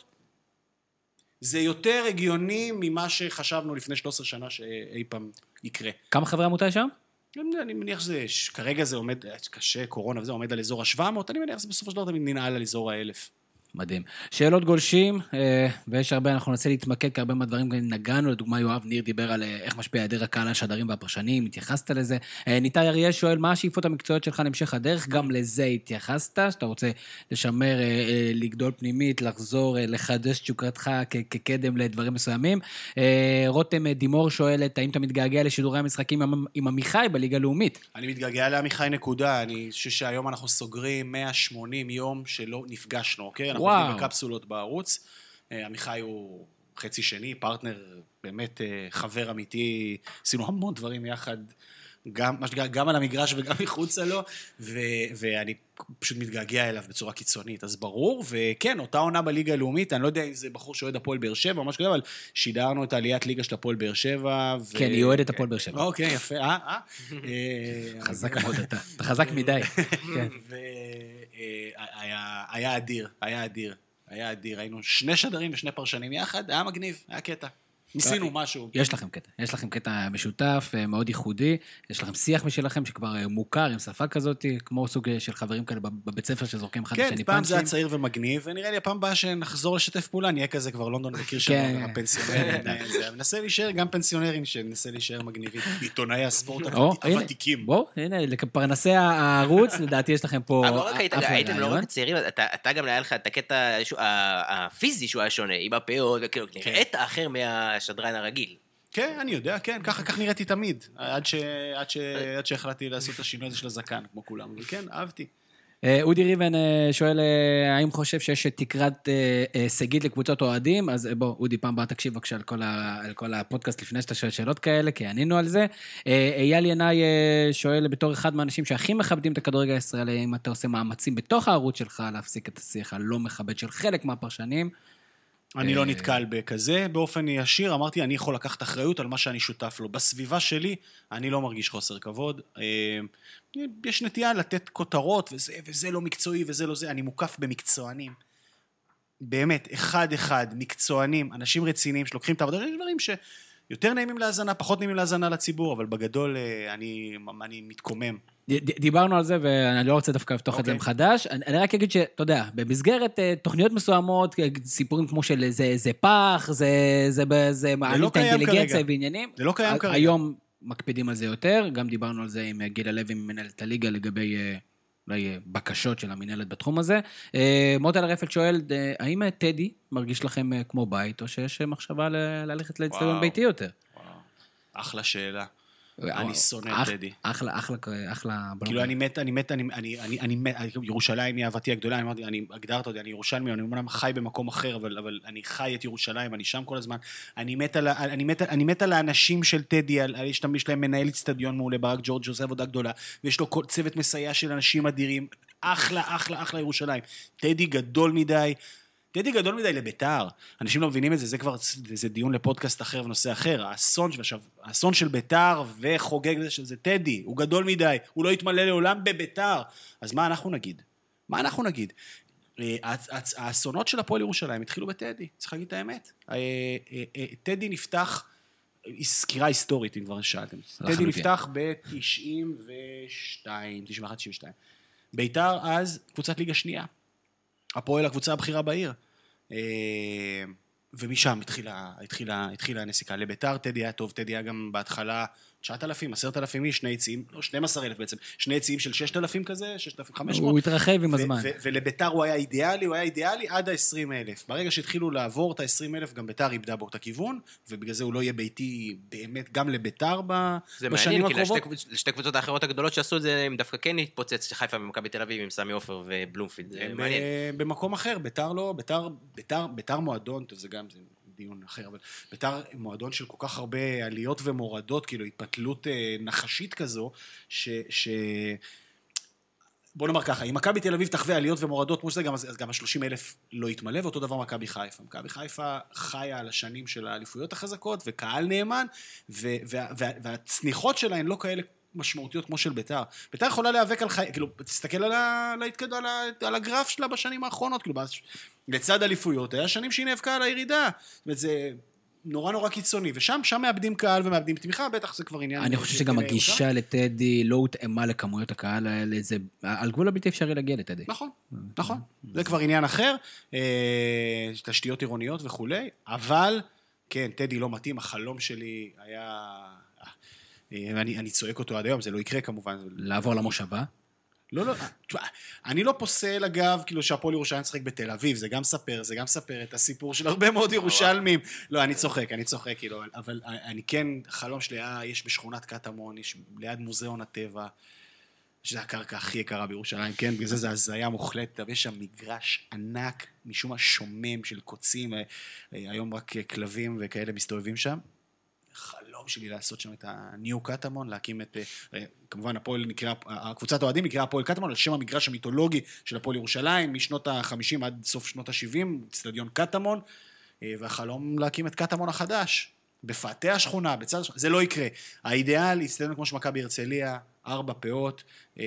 זה יותר הגיוני ממה שחשבנו לפני 13 שנה שאי פעם יקרה. כמה חברי עמותה יש שם? אני מניח שכרגע זה עומד, קשה, קורונה וזה עומד על אזור ה-700, אני מניח שזה בסופו של דבר תמיד ננעל על אזור ה-1000. מדהים. שאלות גולשים, ויש הרבה, אנחנו ננסה להתמקד, כי הרבה מהדברים נגענו, לדוגמה יואב ניר דיבר על איך משפיע היעדר הקהל השדרים והפרשנים, התייחסת לזה. ניתאי אריה שואל, מה השאיפות המקצועיות שלך להמשך הדרך? גם לזה התייחסת, שאתה רוצה לשמר, לגדול פנימית, לחזור, לחדש תשוקתך כקדם לדברים מסוימים. רותם דימור שואלת, האם אתה מתגעגע לשידורי המשחקים עם עמיחי בליגה הלאומית? אני מתגעגע לעמיחי נקודה, אני חושב שהיום אנחנו סוגרים 180 יום שלא נפגשנו, אוקיי? אנחנו עובדים בקפסולות בערוץ, עמיחי הוא חצי שני, פרטנר, באמת חבר אמיתי, עשינו המון דברים יחד, גם על המגרש וגם מחוצה לו, ואני פשוט מתגעגע אליו בצורה קיצונית, אז ברור, וכן, אותה עונה בליגה הלאומית, אני לא יודע אם זה בחור שאוהד הפועל באר שבע או משהו כזה, אבל שידרנו את עליית ליגה של הפועל באר שבע. כן, היא אוהדת הפועל באר שבע. אוקיי, יפה, חזק מאוד אתה חזק מדי. היה אדיר, היינו 2 שדרים ו2 פרשנים יחד, היה מגניב, היה קטע. ניסינו משהו. יש לכם קטע משותף, מאוד ייחודי, יש לכם שיח משלכם שכבר מוכר עם שפה כזאת, כמו סוג של חברים כאלה בבית ספר שזורקים אחד לשני פאנצ'ים. כן, פעם זה היה צעיר ומגניב, ונראה לי הפעם הבאה שנחזור לשתף פעולה, נהיה כזה כבר לונדון וקיר שלנו, הפנסיונרים, ננסה להישאר גם פנסיונרים שננסה להישאר מגניבים, עיתונאי הספורט הוותיקים. בוא, הנה, לפרנסי הערוץ, לדעתי יש לכם פה... הייתם לא רק צעירים, אתה גם היה לך את הקטע הפיזי שהוא היה שונה, עם הפאות, נראית אחר השדרן הרגיל. כן, אני יודע, כן, כך נראיתי תמיד, עד שהחלטתי לעשות את השינוי הזה של הזקן, כמו כולם, וכן, אהבתי. אודי ריבן שואל, האם חושב שיש תקרת הישגית לקבוצות אוהדים? אז בוא, אודי, פעם באה תקשיב בבקשה על כל הפודקאסט לפני שאתה שואל שאלות כאלה, כי ענינו על זה. אייל ינאי שואל, בתור אחד מהאנשים שהכי מכבדים את הכדורגל הישראלי, אם אתה עושה מאמצים בתוך הערוץ שלך להפסיק את השיח הלא מכבד של חלק מהפרשנים. אני לא נתקל בכזה, באופן ישיר, אמרתי, אני יכול לקחת אחריות על מה שאני שותף לו. בסביבה שלי, אני לא מרגיש חוסר כבוד. יש נטייה לתת כותרות, וזה לא מקצועי, וזה לא זה. אני מוקף במקצוענים. באמת, אחד, מקצוענים, אנשים רציניים שלוקחים את העבודה, יש דברים שיותר נעימים להזנה, פחות נעימים להזנה לציבור, אבל בגדול אני מתקומם. דיברנו על זה, ואני לא רוצה דווקא לפתוח את זה מחדש. אני רק אגיד שאתה יודע, במסגרת תוכניות מסוימות, סיפורים כמו של זה פח, זה מעלים את האינטליגנציה ועניינים. זה לא קיים כרגע. היום מקפידים על זה יותר, גם דיברנו על זה עם גיל הלוי, מנהלת הליגה, לגבי אולי בקשות של המנהלת בתחום הזה. מוטל הרפל שואל, האם טדי מרגיש לכם כמו בית, או שיש מחשבה ללכת לאצטדיון ביתי יותר? אחלה שאלה. אני שונא את טדי. אחלה. כאילו אני מת, ירושלים היא אהבתי הגדולה, אני הגדרת אותי, אני ירושלמי, אני אומנם חי במקום אחר, אבל אני חי את ירושלים, אני שם כל הזמן, אני מת על האנשים של טדי, יש להם מנהל אצטדיון מעולה, ברק ג'ורג' עושה עבודה גדולה, ויש לו צוות מסייע של אנשים אדירים, אחלה ירושלים. טדי גדול מדי לביתר. אנשים לא מבינים את זה, זה כבר, זה דיון לפודקאסט אחר ונושא אחר. האסון של ביתר וחוגג זה שזה טדי, הוא גדול מדי, הוא לא יתמלא לעולם בביתר. אז מה אנחנו נגיד? האסונות של הפועל ירושלים התחילו בטדי, צריך להגיד את האמת. טדי נפתח, סקירה היסטורית, אם כבר שאלתם. טדי נפתח ב-91-92. ביתר אז קבוצת ליגה שנייה. הפועל הקבוצה הבכירה בעיר. ומשם התחילה הנסיקה לביתר. טדי היה טוב, טדי היה גם בהתחלה 9,000, 10,000 איש, שני יציאים, לא, 12,000 בעצם, שני יציאים של 6,000 כזה, 6,500. הוא התרחב עם הזמן. ולביתר הוא היה אידיאלי עד ה-20,000. ברגע שהתחילו לעבור את ה-20,000, גם ביתר איבדה בו את הכיוון, ובגלל זה הוא לא יהיה ביתי באמת גם לביתר בשנים הקרובות. זה מעניין, כי לשתי קבוצות האחרות הגדולות שעשו את זה, הם דווקא כן התפוצץ חיפה ומכבי תל אביב עם סמי עופר ובלומפילד, זה מעניין. במקום אחר, ביתר לא, ביתר מועדון, זה גם זה דיון אחר, אבל ביתר מועדון של כל כך הרבה עליות ומורדות, כאילו התפתלות נחשית כזו, בוא נאמר ככה, אם מכבי תל אביב תחווה עליות ומורדות כמו שזה, אז גם ה-30,000 לא יתמלא, ואותו דבר מכבי חיפה. מכבי חיפה חיה על השנים של האליפויות החזקות, וקהל נאמן, והצניחות שלהן לא כאלה משמעותיות כמו של ביתר. ביתר יכולה להיאבק על חיים, כאילו, תסתכל על הגרף שלה בשנים האחרונות, כאילו, לצד אליפויות, היה שנים שהיא נאבקה על הירידה, וזה נורא קיצוני, ושם מאבדים קהל ומאבדים תמיכה, בטח זה כבר עניין. אני חושב שגם הגישה לטדי לא הותאמה לכמויות הקהל האלה, זה על גבול הבלתי אפשרי להגיע לטדי. נכון. זה כבר עניין אחר, תשתיות עירוניות וכולי, אבל כן, טדי לא מתאים, החלום שלי היה, אני צועק אותו עד היום, זה לא יקרה כמובן. לעבור למושבה? לא, אני לא פוסל אגב, כאילו שהפועל ירושלים שחק בתל אביב, זה גם ספר את הסיפור של הרבה מאוד ירושלמים. לא, אני צוחק, כאילו, אבל אני כן, חלום שלי, יש בשכונת קטמון, יש ליד מוזיאון הטבע, שזה הקרקע הכי יקרה בירושלים, כן, בגלל זה הזיה מוחלטת, ויש שם מגרש ענק, משום מה שומם של קוצים, היום רק כלבים וכאלה מסתובבים שם. חלום שלי לעשות שם את הניו קטמון, להקים את, כמובן הקבוצת האוהדים נקרא הפועל קטמון, על שם המגרש המיתולוגי של הפועל ירושלים, משנות ה-50 עד סוף שנות ה-70, אצטדיון קטמון, והחלום להקים את קטמון החדש, בפאתי השכונה, בצד השכונה, זה לא יקרה. האידיאל, אצטדיון כמו שמכבי הרצליה, 4 פאות,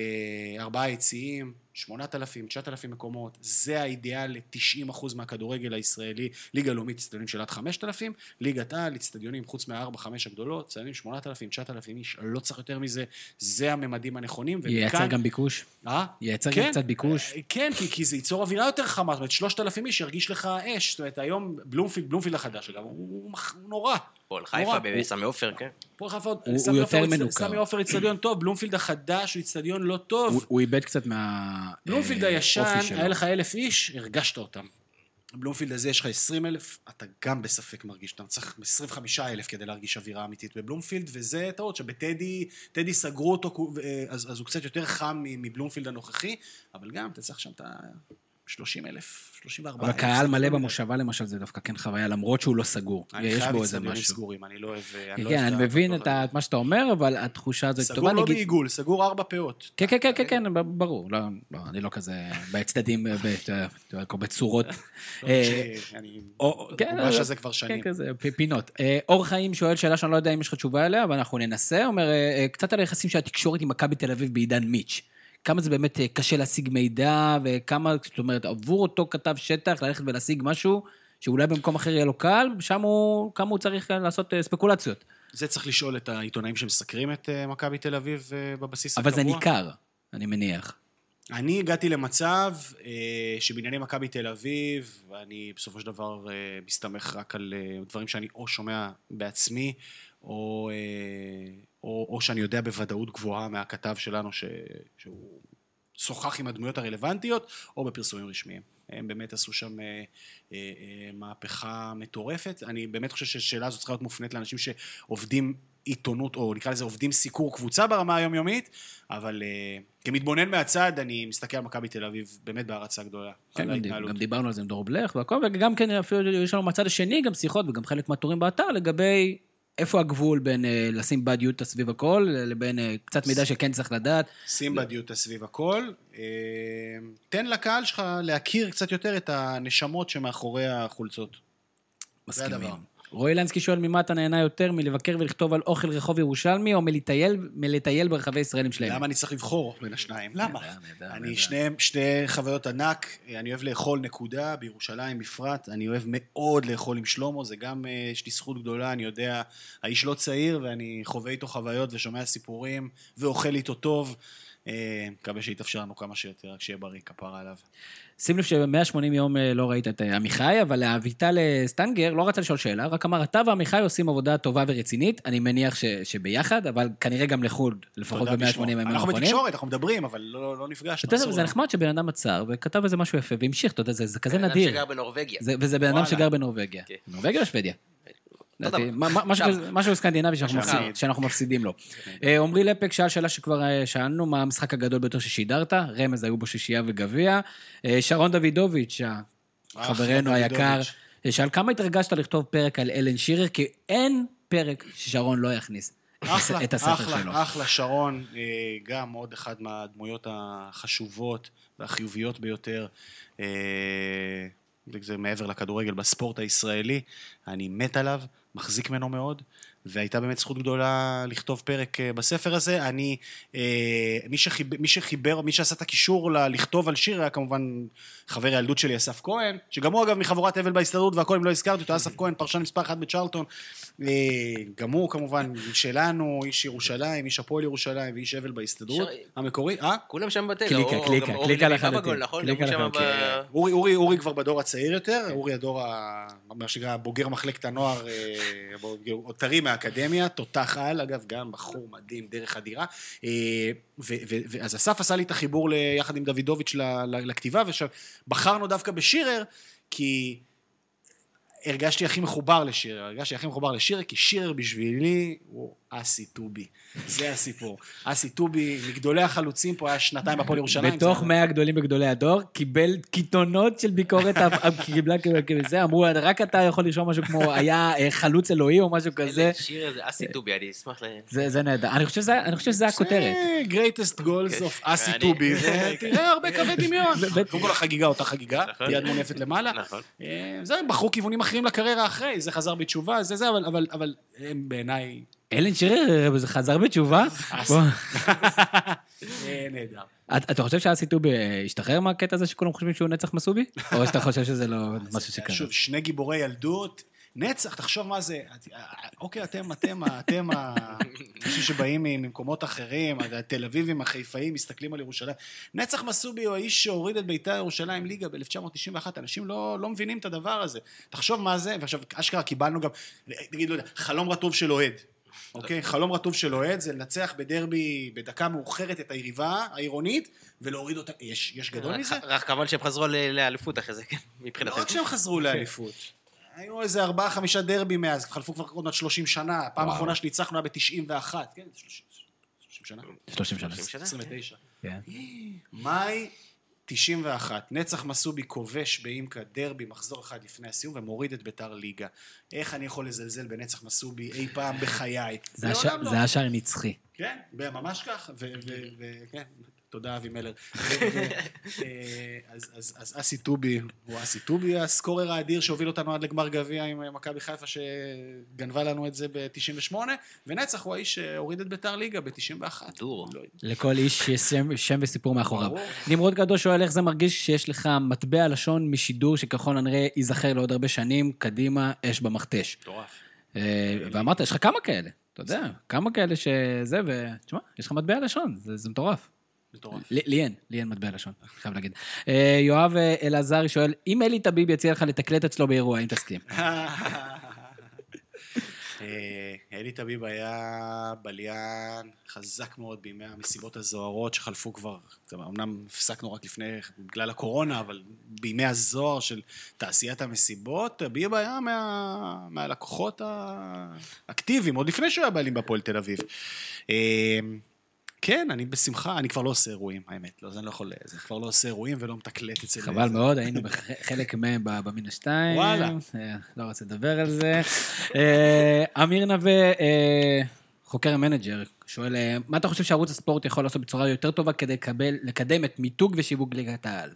4 יציאים, 8,000, 9,000 מקומות, זה האידיאל ל-90% מהכדורגל הישראלי, ליגה לאומית, אצטדיונים של עד 5,000, ליגת העל, אצטדיונים חוץ מ-4-5 הגדולות, אצטדיונים 8,000, 9,000 איש, לא צריך יותר מזה, זה הממדים הנכונים. ייצר גם ביקוש? ייצר גם קצת ביקוש? כן, כי זה ייצור אווירה יותר חמה, זאת אומרת, 3,000 איש ירגיש לך אש, זאת אומרת, היום בלומפילד החדש, אגב, הוא נורא. פועל חיפה בסמי עופר, כן. הוא יותר מנוכר. סמי עופר אצטדיון טוב, בלומפילד החדש הוא אצטדיון לא טוב. הוא איבד קצת בלומפילד הישן, היה לך 1,000 איש, הרגשת אותם. בבלומפילד הזה יש לך 20,000, אתה גם בספק מרגיש, אתה צריך 25,000 כדי להרגיש אווירה אמיתית בבלומפילד, וזה טעות שבטדי סגרו אותו, אז הוא קצת יותר חם מבלומפילד הנוכחי, אבל גם אתה צריך שם את 30,000, 34,000. אבל קהל מלא במושבה למשל, זה דווקא כן חוויה, למרות שהוא לא סגור. יש בו איזה משהו. סגורים, אני לא אוהב... כן, אני מבין את מה שאתה אומר, אבל התחושה הזו טובה. סגור לא בעיגול, סגור 4 פאות. כן, ברור. אני לא כזה בצדדים, בצורות. אני שזה כבר שנים. כן, כזה, פינות. אור חיים שואל שאלה שאני לא יודע אם יש לך תשובה אליה, אבל אנחנו ננסה. אומר, קצת על היחסים של התקשורת עם מכבי תל אביב בעידן מיץ'. כמה זה באמת קשה להשיג מידע, וכמה, זאת אומרת, עבור אותו כתב שטח, ללכת ולהשיג משהו, שאולי במקום אחר יהיה לו קל, שם כמה הוא צריך לעשות ספקולציות. זה צריך לשאול את העיתונאים שמסקרים את מכבי תל אביב בבסיס הקבוע. אבל זה ניכר, אני מניח. אני הגעתי למצב שבענייני מכבי תל אביב, ואני בסופו של דבר מסתמך רק על דברים שאני או שומע בעצמי, או שאני יודע בוודאות גבוהה מהכתב שלנו שהוא שוחח עם הדמויות הרלוונטיות, או בפרסומים רשמיים. הם באמת עשו שם מהפכה מטורפת. אני באמת חושב שהשאלה הזאת צריכה להיות מופנית לאנשים שעובדים עיתונות, או נקרא לזה עובדים סיקור קבוצה ברמה היומיומית, אבל כמתבונן מהצד, אני מסתכל על מכבי תל אביב באמת בהרצה גדולה. כן, גם דיברנו על זה עם דור בלך, וגם כן אפילו יש לנו מצד השני גם שיחות, וגם חלק מהתורים באתר, לגבי איפה הגבול בין לשים בדיוטה סביב הכל, לבין קצת מידע שכן צריך לדעת. שים בדיוטה סביב הכל. תן לקהל שלך להכיר קצת יותר את הנשמות שמאחורי החולצות. מסכימים. רועי לנסקי שואל ממה אתה נהנה יותר, מלבקר ולכתוב על אוכל רחוב ירושלמי, או מלטייל ברחבי ישראלים שלהם? למה אני צריך לבחור בין השניים? למה? אני שני חוויות ענק, אני אוהב לאכול נקודה, בירושלים בפרט, אני אוהב מאוד לאכול עם שלמה, זה גם, יש לי זכות גדולה, אני יודע, האיש לא צעיר, ואני חווה איתו חוויות ושומע סיפורים, ואוכל איתו טוב, מקווה שיתאפשר לנו כמה שיותר, רק שיהיה בריא, כפרה עליו. שים לב ש180 יום לא ראית את עמיחי, אבל אביטל סטנגר לא רצה לשאול שאלה, רק אמר, אתה ועמיחי עושים עבודה טובה ורצינית, אני מניח שביחד, אבל כנראה גם לחוד, לפחות ב180 ימים האחרונים. אנחנו בתקשורת, אנחנו מדברים, אבל לא נפגש. זה נחמד שבן אדם עצר, וכתב איזה משהו יפה, והמשיך, אתה יודע, זה כזה נדיר. בן אדם שגר בנורווגיה. וזה בן אדם שגר בנורווגיה. נורווגיה או שוודיה? משהו סקנדינבי שאנחנו מפסידים לו. עומרי לפק שאל שאלה שכבר שאלנו, מה המשחק הגדול ביותר ששידרת? רמז היו בו שישייה וגביע. שרון דוידוביץ', חברנו היקר, שאל כמה התרגשת לכתוב פרק על אלן שירר, כי אין פרק ששרון לא יכניס את הספר שלו. אחלה שרון, גם עוד אחד מהדמויות החשובות והחיוביות ביותר, זה מעבר לכדורגל בספורט הישראלי, אני מת עליו, מחזיק ממנו מאוד, והייתה באמת זכות גדולה לכתוב פרק בספר הזה. מי שעשה את הקישור לכתוב על שיר, היה כמובן חבר הילדות שלי, אסף כהן, שגם הוא אגב מחבורת אבל בהסתדרות, והכל אם לא הזכרתי אותו, אסף כהן, פרשן מספר 1 בצ'רלטון, גם הוא כמובן שלנו, איש ירושלים, איש הפועל ירושלים, ואיש אבל בהסתדרות המקורי. כולם שם בתל. קליקה לחלוטין. אורי כבר בדור הצעיר יותר, אורי הדור, מה שנקרא, בוגר מחלקת הנוער, טרי מהאקדמיה, תותח על, אגב, גם בחור מדהים, דרך אדירה, אז אסף עשה לי את החיבור יחד עם דוידוביץ' לכתיבה, ובחרנו דווקא בשירר, כי הרגשתי הכי מחובר לשירר, כי שירר בשבילי הוא אסי טובי, זה הסיפור. אסי טובי, מגדולי החלוצים פה, היה שנתיים בפועל ירושלים. בתוך 100 גדולים בגדולי הדור, קיבל קיתונות של ביקורת, קיבלה כזה, אמרו, רק אתה יכול לרשום משהו כמו, היה חלוץ אלוהי או משהו כזה. שירר זה אסי טובי, אני אשמח זה נהדר. אני חושב שזה הכותרת. זה greatest goals of אסי טובי, תראה הרבה קווי דמיון. קודם כל החגיגה, אותה חגיגה, יד מונפת למעלה. זה, בחרו כיוונים אחרים לקריירה אחרי, זה חזר בתשובה, זה, אבל בעיניי אלן שירר, זה חזר בתשובה? נהדר. אתה חושב שאסי טובי השתחרר מהקטע הזה שכולם חושבים שהוא נצח מסובי? או שאתה חושב שזה לא משהו שקרה? שוב, שני גיבורי ילדות, נצח, תחשוב מה זה, אוקיי, אתם, אנשים שבאים ממקומות אחרים, התל אביבים, החיפאים, מסתכלים על ירושלים. נצח מסובי הוא האיש שהוריד את בית"ר ירושלים ליגה ב-1991, אנשים לא מבינים את הדבר הזה. תחשוב מה זה, ועכשיו אשכרה קיבלנו גם, נגיד, לא יודע, חלום רטוב של אוהד. אוקיי? חלום רטוב של אוהד זה לנצח בדרבי בדקה מאוחרת את היריבה העירונית, ולהוריד אותה, יש גדול מזה? רק כמובן שהם חזרו לאליפות אחרי זה, כן, מבחינתם. לא רק שהם חזרו לאליפות. היו איזה 4-5 דרבי מאז, חלפו כבר עוד 30 שנה, הפעם האחרונה שניצחנו היה ב-91, כן, 30 שנה? 30 שנה. 29. כן. מאי 91, נצח מסובי כובש באימקה דרבי מחזור אחד לפני הסיום ומוריד את ביתר ליגה. איך אני יכול לזלזל בנצח מסובי אי פעם בחיי? זה היה שער נצחי. כן, ממש כך, וכן, תודה אבי מלר. אז אסי טובי, הוא אסי טובי, הסקורר האדיר שהוביל אותנו עד לגמר גביע עם מכבי חיפה שגנבה לנו את זה ב-98, ונצח הוא האיש שהוריד את ביתר ליגה ב-91. לכל איש יש שם וסיפור מאחוריו. נמרוד גדול שואל איך זה מרגיש שיש לך מטבע לשון משידור שככל הנראה ייזכר לעוד הרבה שנים, קדימה, אש במכתש. מטורף. ואמרת, יש לך כמה כאלה, אתה יודע, כמה כאלה שזה, ותשמע, יש לך מטבע לשון, זה מטורף. ליאן מטבע לשון, חייב להגיד. יואב אלעזרי שואל, אם אלי טביב יציע לך לתקלט אצלו באירוע, האם תסכים? אלי טביב היה בליין חזק מאוד בימי המסיבות הזוהרות שחלפו כבר, אמנם הפסקנו רק לפני, בגלל הקורונה, אבל בימי הזוהר של תעשיית המסיבות, טביב היה מהלקוחות האקטיביים, עוד לפני שהוא היה בעלים בהפועל תל אביב. כן, אני בשמחה, אני כבר לא עושה אירועים, האמת, לא, אני לא יכול, זה כבר לא עושה אירועים ולא מתקלט אצל... חבל מאוד, היינו בחלק מהם במין השתיים. וואלה. לא רוצה לדבר על זה. אמיר נווה, חוקר המנג'ר, שואל, מה אתה חושב שערוץ הספורט יכול לעשות בצורה יותר טובה כדי לקדם את מיתוג ושיווק ליגת העל?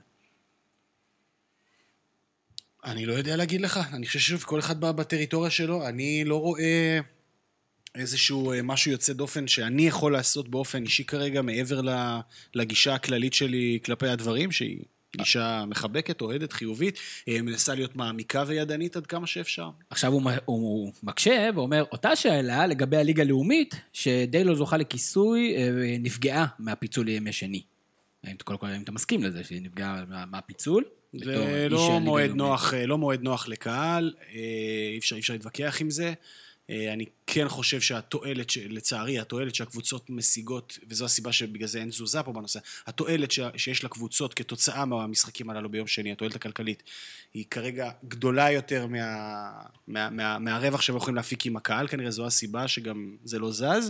אני לא יודע להגיד לך, אני חושב ששוב, כל אחד בטריטוריה שלו, אני לא רואה... איזשהו משהו יוצא דופן שאני יכול לעשות באופן אישי כרגע, מעבר לגישה הכללית שלי כלפי הדברים, שהיא גישה מחבקת, אוהדת, חיובית, מנסה להיות מעמיקה וידנית עד כמה שאפשר. עכשיו הוא מקשה ואומר, אותה שאלה לגבי הליגה הלאומית, שדי לא זוכה לכיסוי, נפגעה מהפיצול לימי שני. האם אתה מסכים לזה שהיא נפגעה מהפיצול? זה לא מועד נוח לקהל, אי אפשר להתווכח עם זה. אני כן חושב שהתועלת, לצערי, התועלת שהקבוצות משיגות, וזו הסיבה שבגלל זה אין תזוזה פה בנושא, התועלת שיש לקבוצות כתוצאה מהמשחקים הללו ביום שני, התועלת הכלכלית, היא כרגע גדולה יותר מהרווח שהם יכולים להפיק עם הקהל, כנראה זו הסיבה שגם זה לא זז.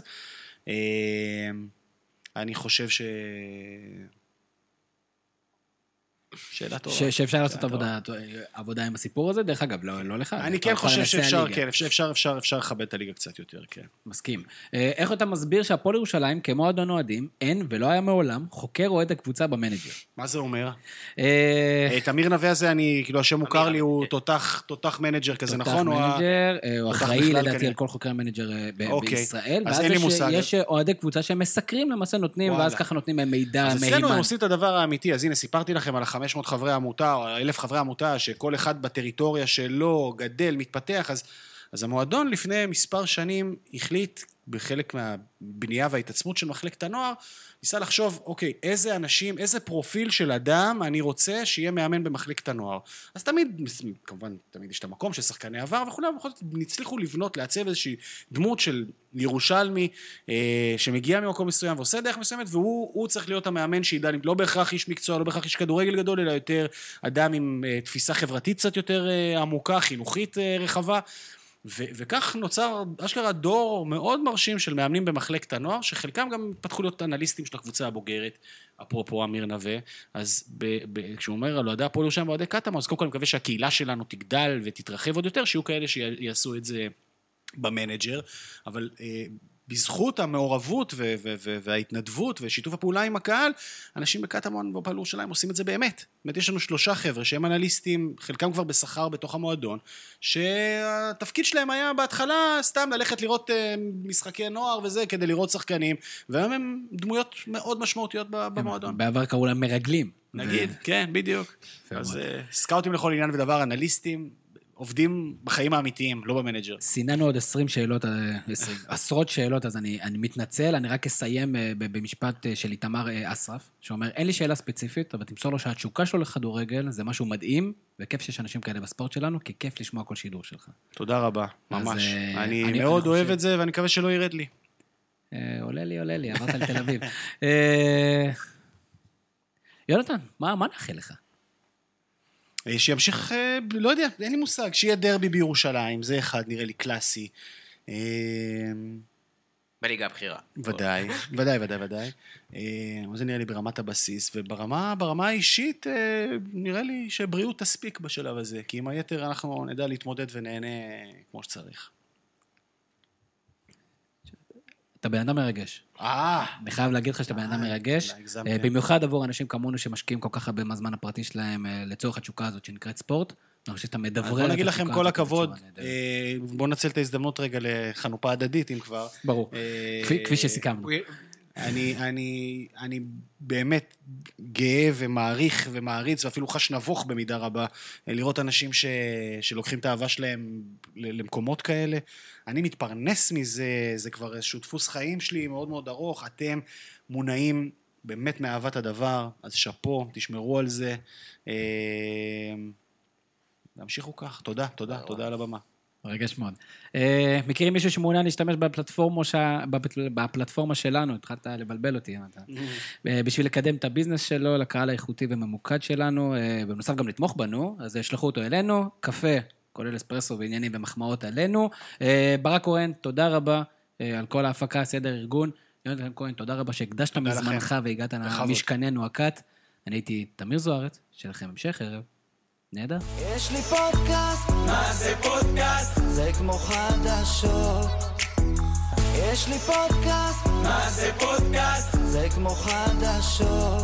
אני חושב שאלה טובה. שאפשר לעשות עבודה עם הסיפור הזה, דרך אגב, לא לך. אני כן חושב שאפשר, כן, אפשר לכבד את הליגה קצת יותר, כן. מסכים. איך אתה מסביר שהפועל ירושלים, כמועדון אוהדים, אין ולא היה מעולם, חוקר אוהד הקבוצה במנג'ר? מה זה אומר? את אמיר נווה הזה, אני, כאילו, השם מוכר לי, הוא תותח מנג'ר כזה, נכון? תותח מנג'ר, הוא אחראי לדעתי על כל חוקרי מנג'ר בישראל, אז אין לי מושג. יש אוהדי קבוצה שהם מסקרים, למעשה נותנים, ואז ככה נותנים מידע מהימן. אז אצלנו הם עושים את הדבר האמיתי, אז הנה, סיפרתי לכם על 500 חברי עמותה, או 1,000 חברי עמותה, שכל אחד בטריטוריה שלו גדל, מתפתח, אז המועדון לפני מספר שנים החליט, בחלק מהבנייה וההתעצמות של מחלקת הנוער, ניסה לחשוב, אוקיי, איזה אנשים, איזה פרופיל של אדם אני רוצה שיהיה מאמן במחלקת הנוער. אז תמיד, כמובן, תמיד יש את המקום של שחקני עבר, וכולם נצליחו לבנות, לעצב איזושהי דמות של ירושלמי, שמגיע ממקום מסוים ועושה דרך מסוימת, והוא צריך להיות המאמן שידע, לא בהכרח איש מקצוע, לא בהכרח איש כדורגל גדול, אלא יותר אדם עם תפיסה חברתית קצת יותר עמוקה, חינוכית רחבה, וכך נוצר אשכרה דור מאוד מרשים של מאמנים במחלקת הנוער, שחלקם גם פתחו להיות אנליסטים של הקבוצה הבוגרת, אפרופו אמיר נווה, אז כשהוא אומר על אוהדי הפועל ירושלים ואוהדי קטמון, אז קודם כל אני מקווה שהקהילה שלנו תגדל ותתרחב עוד יותר, שיהיו כאלה שיעשו את זה במנג'ר, אבל בזכות המעורבות וההתנדבות ושיתוף הפעולה עם הקהל, אנשים בקטמון ובפועל ירושלים עושים את זה באמת. באמת יש לנו 3 חבר'ה שהם אנליסטים, חלקם כבר בשכר בתוך המועדון, שהתפקיד שלהם היה בהתחלה סתם ללכת לראות משחקי נוער וזה, כדי לראות שחקנים, והיום הם דמויות מאוד משמעותיות במועדון. בעבר קראו להם מרגלים. נגיד, כן, בדיוק. אז סקאוטים לכל עניין ודבר, אנליסטים, עובדים בחיים האמיתיים, לא במנג'ר. סיננו עוד 20 שאלות, עשרות שאלות, אז אני מתנצל, אני רק אסיים במשפט של איתמר אסרף, שאומר, אין לי שאלה ספציפית, אבל תמסור לו שהתשוקה שלו לכדורגל, זה משהו מדהים, וכיף שיש אנשים כאלה בספורט שלנו, כי כיף לשמוע כל שידור שלך. תודה רבה, ממש. אני מאוד אוהב את זה, ואני מקווה שלא ירד לי. עולה לי, עברת לתל אביב. יונתן, מה נאחל לך? שימשיך, לא יודע, אין לי מושג, שיהיה דרבי בירושלים, זה אחד, נראה לי קלאסי. בליגה הבחירה. ודאי. זה נראה לי ברמת הבסיס, וברמה האישית, נראה לי שבריאות תספיק בשלב הזה, כי עם היתר אנחנו נדע להתמודד ונהנה כמו שצריך. אתה בן אדם מרגש. אני חייב להגיד לך שאתה בן אדם מרגש, במיוחד עבור אנשים כמונו שמשקיעים כל כך הרבה מהזמן הפרטי שלהם לצורך התשוקה הזאת שנקראת ספורט. אני חושב שאתה מדברר. בוא נגיד לכם כל הכבוד, בוא נצל את ההזדמנות רגע לחנופה הדדית, אם כבר. ברור, כפי שסיכמנו. אני באמת גאה ומעריך ומעריץ, ואפילו חש נבוך במידה רבה, לראות אנשים שלוקחים את האהבה שלהם למקומות כאלה. אני מתפרנס מזה, זה כבר איזשהו דפוס חיים שלי מאוד מאוד ארוך, אתם מונעים באמת מאהבת הדבר, אז שפו, תשמרו על זה. להמשיכו כך, תודה על הבמה. רגש מאוד. מכירים מישהו שמעוניין להשתמש בפלטפורמה שלנו, התחלת לבלבל אותי, בשביל לקדם את הביזנס שלו, לקהל האיכותי וממוקד שלנו, ובנוסף גם לתמוך בנו, אז שלחו אותו אלינו, קפה, כולל אספרסו ועניינים ומחמאות עלינו. ברק כהן, תודה רבה על כל ההפקה, סדר ארגון. יונתן כהן, תודה רבה שהקדשת מזמנך והגעת למשכננו הקט. אני הייתי תמיר זוארץ, שלכם המשך ערב. נהדר. יש לי פודקאסט, מה זה פודקאסט? זה כמו חדשות. יש לי פודקאסט, מה זה פודקאסט? זה כמו חדשות.